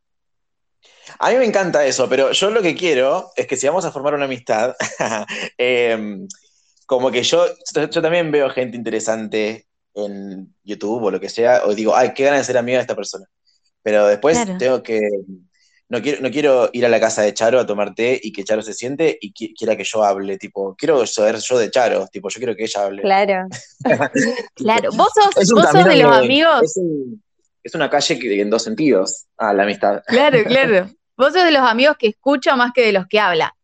a mí me encanta eso, pero yo lo que quiero es que si vamos a formar una amistad, eh, como que yo, yo también veo gente interesante en YouTube o lo que sea, o digo, ay, qué ganas de ser amiga de esta persona. Pero después Claro. tengo que, no quiero, no quiero ir a la casa de Charo a tomar té y que Charo se siente y qui- quiera que yo hable, tipo, quiero saber yo de Charo, tipo, yo quiero que ella hable. Claro. Tipo, Claro, vos sos, es un vos sos camino de los que, amigos, es, un- es una calle que en dos sentidos, a la amistad. claro, claro. Vos sos de los amigos que escucha más que de los que habla.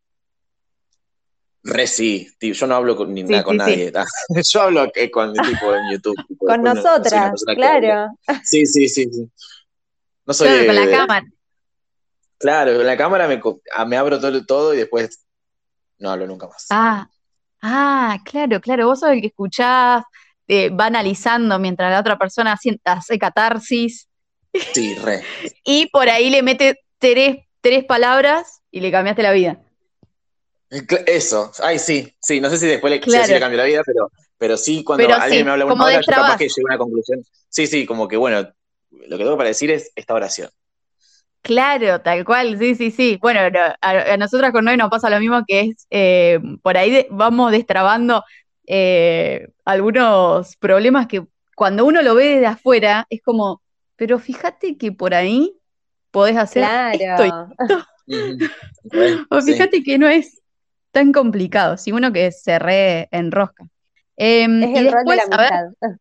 Re sí, tío, yo no hablo con, ni Sí, nada con sí, sí. nadie. Yo hablo eh, con tipo en YouTube, tipo, Con después no, no soy una nosotras, persona que hable. claro. Sí, sí, sí, sí. No soy Claro, con la de, cámara. claro, en la cámara me, co- ah, me abro todo, todo y después no hablo nunca más. Ah, ah, claro, claro. Vos sos el que escuchás, eh, va analizando mientras la otra persona hace, hace catarsis Sí, re. y por ahí le mete tres, tres palabras y le cambiaste la vida. Cl- Eso, ay, sí, sí, no sé si después le, si así le Claro, cambio la vida, pero, pero sí, cuando pero alguien me sí, habla una como hora, yo capaz que destrabás. llego a una conclusión. Sí, sí, como que bueno, lo que tengo para decir es esta oración. Claro, tal cual, sí, sí, sí. Bueno, no, a, a nosotras con Noé nos pasa lo mismo que es, eh, por ahí de- vamos destrabando eh, algunos problemas que cuando uno lo ve desde afuera es como, pero fíjate que por ahí podés hacer esto y Claro. esto, Ujú. Re, o sí. fíjate que no es tan complicado, si uno que se re enrosca. Em, Es y el rol de la después, a ver, amistad.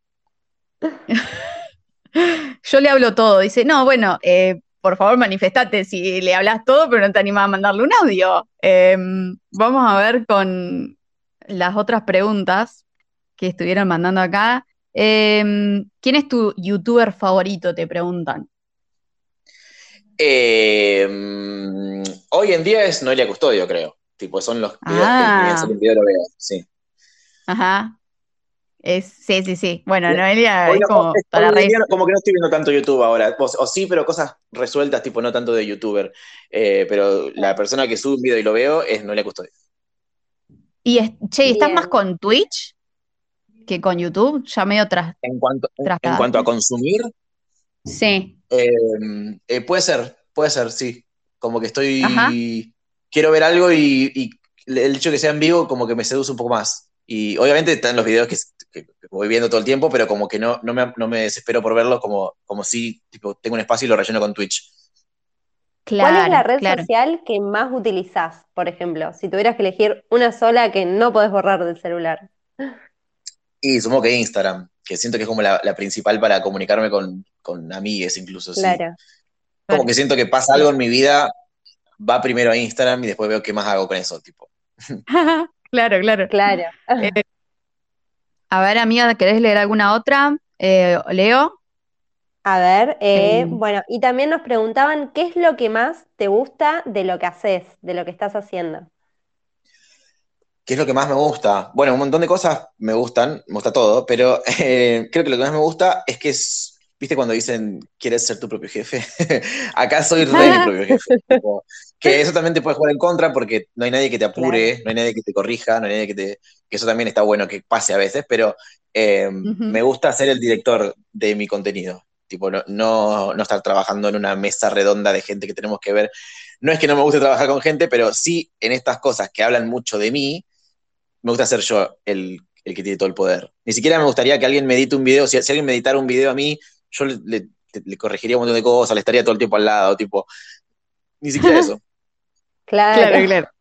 yo le hablo todo. Dice, no, bueno, eh, por favor manifestate si le hablas todo, pero no te animás a mandarle un audio. Eh, vamos a ver con las otras preguntas que estuvieron mandando acá. Eh, ¿quién es tu youtuber favorito? Te preguntan. Eh, mm, hoy en día es Noelia Custodio, creo. Tipo, son los videos que ni bien Ah, sale un video lo veo, sí. ajá. Es, sí, sí, sí. Bueno, Sí. Noelia Hoy, es no- como hoy para en reír. día como que no estoy viendo tanto YouTube ahora, o, o sí, pero cosas resueltas, tipo no tanto de YouTuber. Eh, pero la persona que sube un video y lo veo es Noelia Custodio. Y es- che, ¿estás más Bien. con Twitch que con YouTube? Ya medio tras, En cuanto, en cuanto a trasladaste. consumir, Sí. eh, eh, puede ser, puede ser, sí. Como que Ajá. estoy, quiero ver algo y, y el hecho de que sea en vivo como que me seduce un poco más. Y obviamente están los videos que, que- que voy viendo todo el tiempo, pero como que no, no me, no me desespero por verlos, como, como si tipo, tengo un espacio y lo relleno con Twitch. ¿Cuál es la Claro, red claro. social que más utilizás, por ejemplo? Si tuvieras que elegir una sola que no podés borrar del celular. Y supongo que Instagram, que siento que es como la, la principal para comunicarme con, con amigues incluso, sí. Claro. Como Claro. que siento que pasa algo en mi vida, va primero a Instagram y después veo qué más hago con eso, tipo. Claro, claro. Claro. Eh, a ver, amiga, ¿querés leer alguna otra? Eh, Leo. A ver, eh, Eh, bueno, y también nos preguntaban qué es lo que más te gusta de lo que haces, de lo que estás haciendo. ¿Qué es lo que más me gusta? Bueno, un montón de cosas me gustan, me gusta todo, pero eh, creo que lo que más me gusta es que es, ¿viste cuando dicen, ¿quieres ser tu propio jefe? Acá soy re mi propio jefe. Tipo, que eso también te puede jugar en contra porque no hay nadie que te Claro. apure, no hay nadie que te corrija, no hay nadie que te... Que eso también está bueno que pase a veces, pero eh, ujú. me gusta ser el director de mi contenido. Tipo, no, no, no estar trabajando en una mesa redonda de gente que tenemos que ver. No es que no me guste trabajar con gente, pero sí en estas cosas que hablan mucho de mí me gusta ser yo el, el que tiene todo el poder. Ni siquiera me gustaría que alguien me edite un video. Si, si alguien me editara un video a mí, yo le, le- le corregiría un montón de cosas, le estaría todo el tiempo al lado, tipo, ni siquiera eso. Claro, Claro. claro.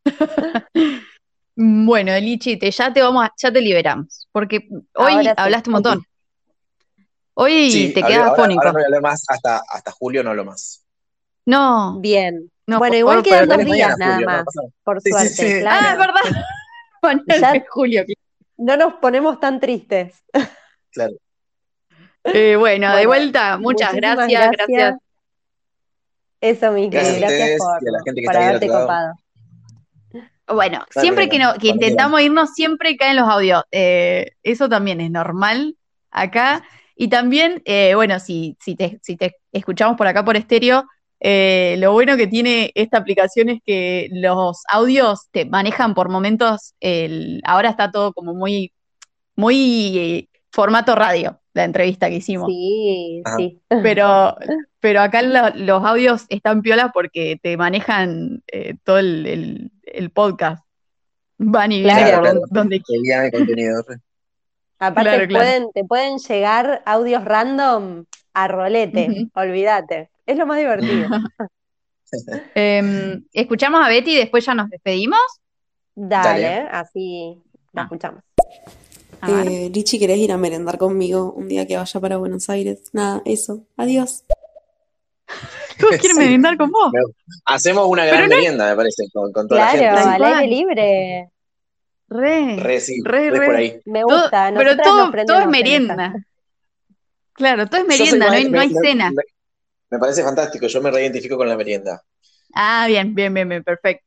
Bueno, Lichi, te, ya te vamos a- ya te liberamos, porque hoy Ahora sí. hablaste un montón. Hoy Sí, te hablé- quedas ahora, ahora afónico. no voy a hablar más, hasta, hasta julio no hablo más. No, Bien. no, Bueno, por igual favor, quedan pero dos Igual es tenés. días mañana nada julio, ¿no? más, ¿Pasa? por Sí, sí, suerte, sí. Ah, es claro. verdad. Mañana es Ya Julio. no nos ponemos tan tristes. Claro. Eh, bueno, de Bueno, vuelta, muchas muchísimas gracias, gracias. gracias. Eso mismo, Gracias a Eh, gracias ustedes por, y a la gente que por está ahí del haberte otro lado. copado. bueno, No hay siempre problema, que, no, que cuando quieran. intentamos irnos, siempre caen los audios. Eh, eso también es normal acá. Y también, eh, bueno, si, si te, si te escuchamos por acá por estéreo, eh, lo bueno que tiene esta aplicación es que los audios te manejan por momentos. El, ahora está todo como muy, muy eh, formato radio, la entrevista que hicimos. Sí, Ajá. sí. Pero, pero acá lo- los audios están piolas porque te manejan eh, todo el, el- el podcast. Van y viene Claro. Claro, por claro. don- donde Te guían el contenido. re. Aparte Claro, claro. pueden, te pueden llegar audios random a rolete, Ujú. olvídate. Es lo más divertido. Em, escuchamos a Betty y después ya nos despedimos. Dale, Dale. así la Ah, escuchamos. a ver. Eh, Lichi, ¿querés ir a merendar conmigo un día que vaya para Buenos Aires? Nada, eso. Adiós. Todos quieren Sí. merendar con vos. Me- Hacemos una Pero gran no es merienda, me parece, con, con toda la Claro, gente, tal sí. al aire cual. libre. Re, Re, sí, re, re por re. ahí. Me Todo, gusta, pero nosotras nos todo, todo es prendemos en esa. merienda. Claro, todo es Yo soy merienda, no más, hay, no me, hay me- cena. me- me parece fantástico, yo me reidentifico con la merienda. Ah, bien, bien, bien, bien, perfecto.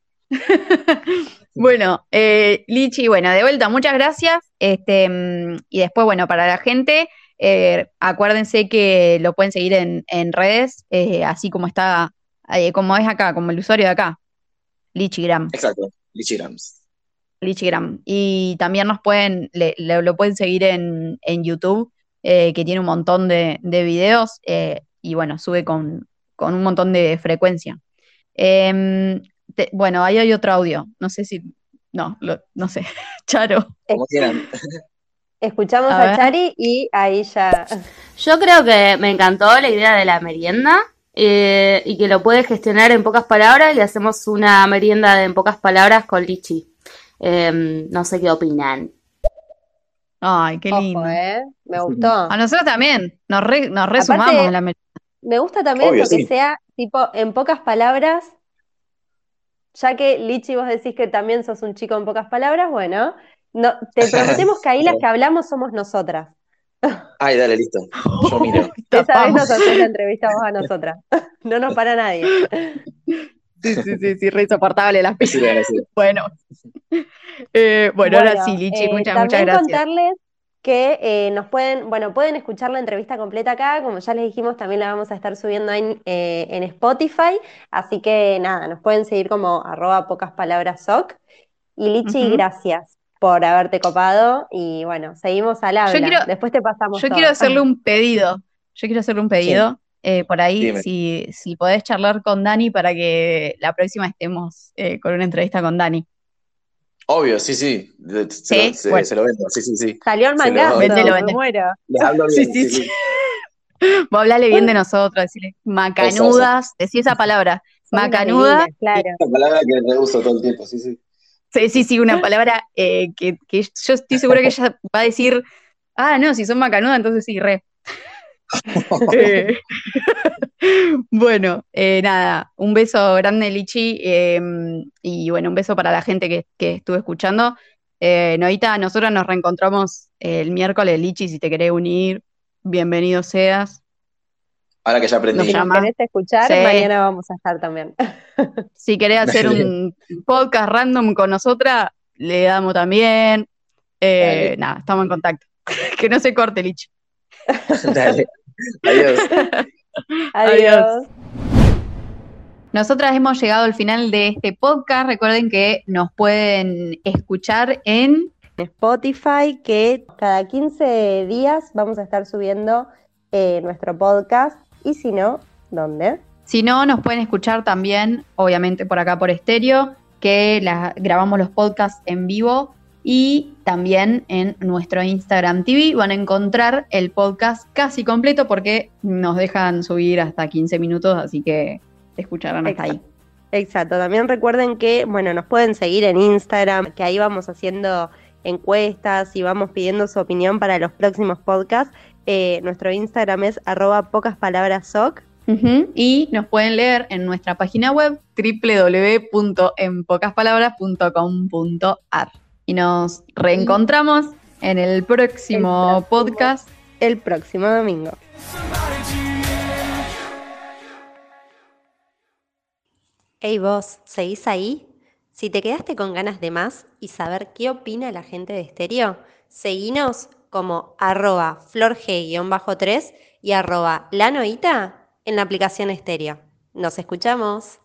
Bueno, eh, Lichi, bueno, de vuelta, muchas gracias. Este, mm, y después, bueno, para la gente, eh, acuérdense que lo pueden seguir en, en redes, eh, así como está, eh, como es acá, como el usuario de acá, Lichigram, Exacto, Lichirams. Lichigram. Y también nos pueden, le- le- lo pueden seguir en, en YouTube, eh, que tiene un montón de, de videos, eh, y bueno, sube con, con un montón de frecuencia. Em, te- bueno, ahí hay otro audio. No sé si. No, lo- no sé. Charo. Como quieran. Escuchamos A a ver. Chari y ahí ya. Yo creo que me encantó la idea de la merienda eh, y que lo puede gestionar en pocas palabras y hacemos una merienda de en pocas palabras con Lichi. Eh, no sé qué opinan. Ay, qué Ojo, lindo. ¿eh? Me A gustó. nosotros también. Nos, re- nos resumamos Aparte, en la merienda. me gusta también Obvio, esto que sí. sea, tipo, en pocas palabras, ya que Lichi vos decís que también sos un chico en pocas palabras, bueno, no, te prometemos que ahí las que hablamos somos nosotras. Ay, dale, listo. Yo miro. Esa vez Tapamos. nos haces la entrevista vos a nosotras. No nos para nadie. Sí, sí, sí, sí, re insoportable las Me sirve, pistas. me sirve. Bueno. Eh, bueno, ahora sí, Bueno, Lichi, eh, muchas, muchas también gracias. contarles que eh, nos pueden, bueno, pueden escuchar la entrevista completa acá, como ya les dijimos, también la vamos a estar subiendo en, eh, en Spotify, así que nada, nos pueden seguir como arroba pocas palabras soc. Y Lichi, Ujú. gracias por haberte copado y bueno, seguimos al Yo habla. quiero, Después te pasamos yo todo. quiero hacerle un pedido. Yo quiero hacerle un Sí, pedido. Eh, por ahí, dime. si, si podés charlar con Dani para que la próxima estemos eh, con una entrevista con Dani. Obvio, sí, sí. De- Se lo, ¿Sí? se, Bueno, se lo vendo, sí, sí, sí. Salió el Se lo, mangazo, vendelo, me vendelo. muero. les hablo Sí, bien, sí, sí, sí. sí. Vos hablale bien de nosotros, decirle Eso, eso. macanudas, decí esa palabra, Son unas macanudas. divinas, claro. La palabra que reuso todo el tiempo, sí, sí. Sí, sí, sí, una palabra eh, que, que yo estoy segura que ella va a decir, ah, no, si son macanudas, entonces sí, re. Eh, bueno, eh, nada, un beso grande, Lichi, eh, y bueno, un beso para la gente que, que estuvo escuchando. Eh, Noita, nosotros nos reencontramos el miércoles, Lichi, si te querés unir, bienvenido seas. Ahora que ya Nos Si aprendí. nos llama. querés escuchar, Sí. mañana vamos a estar también. Si querés hacer Dale, un podcast random con nosotras, le damos también. Eh, dale, nada, estamos en contacto. Que no se corte, Lichi. dale. Adiós. Adiós. Adiós. Nosotras hemos llegado al final de este podcast. Recuerden que nos pueden escuchar en Spotify, que cada quince días vamos a estar subiendo eh, nuestro podcast. Y si no, ¿dónde? Si no, nos pueden escuchar también, obviamente, por acá por Estéreo, que la- grabamos los podcasts en vivo y también en nuestro Instagram T V van a encontrar el podcast casi completo porque nos dejan subir hasta quince minutos, así que escucharán hasta ahí. Exacto, también recuerden que, bueno, nos pueden seguir en Instagram, que ahí vamos haciendo encuestas y vamos pidiendo su opinión para los próximos podcasts. Eh, nuestro Instagram es arroba pocaspalabrasoc. Ujú. Y nos pueden leer en nuestra página web doble u doble u doble u punto en pocas palabras punto com punto a r. Y nos reencontramos en el próximo, El próximo. podcast. El próximo domingo. Hey vos, ¿seguís ahí? Si te quedaste con ganas de más y saber qué opina la gente de Estéreo, seguinos como arroba florg-tres y arroba lanoita en la aplicación Estéreo. Nos escuchamos.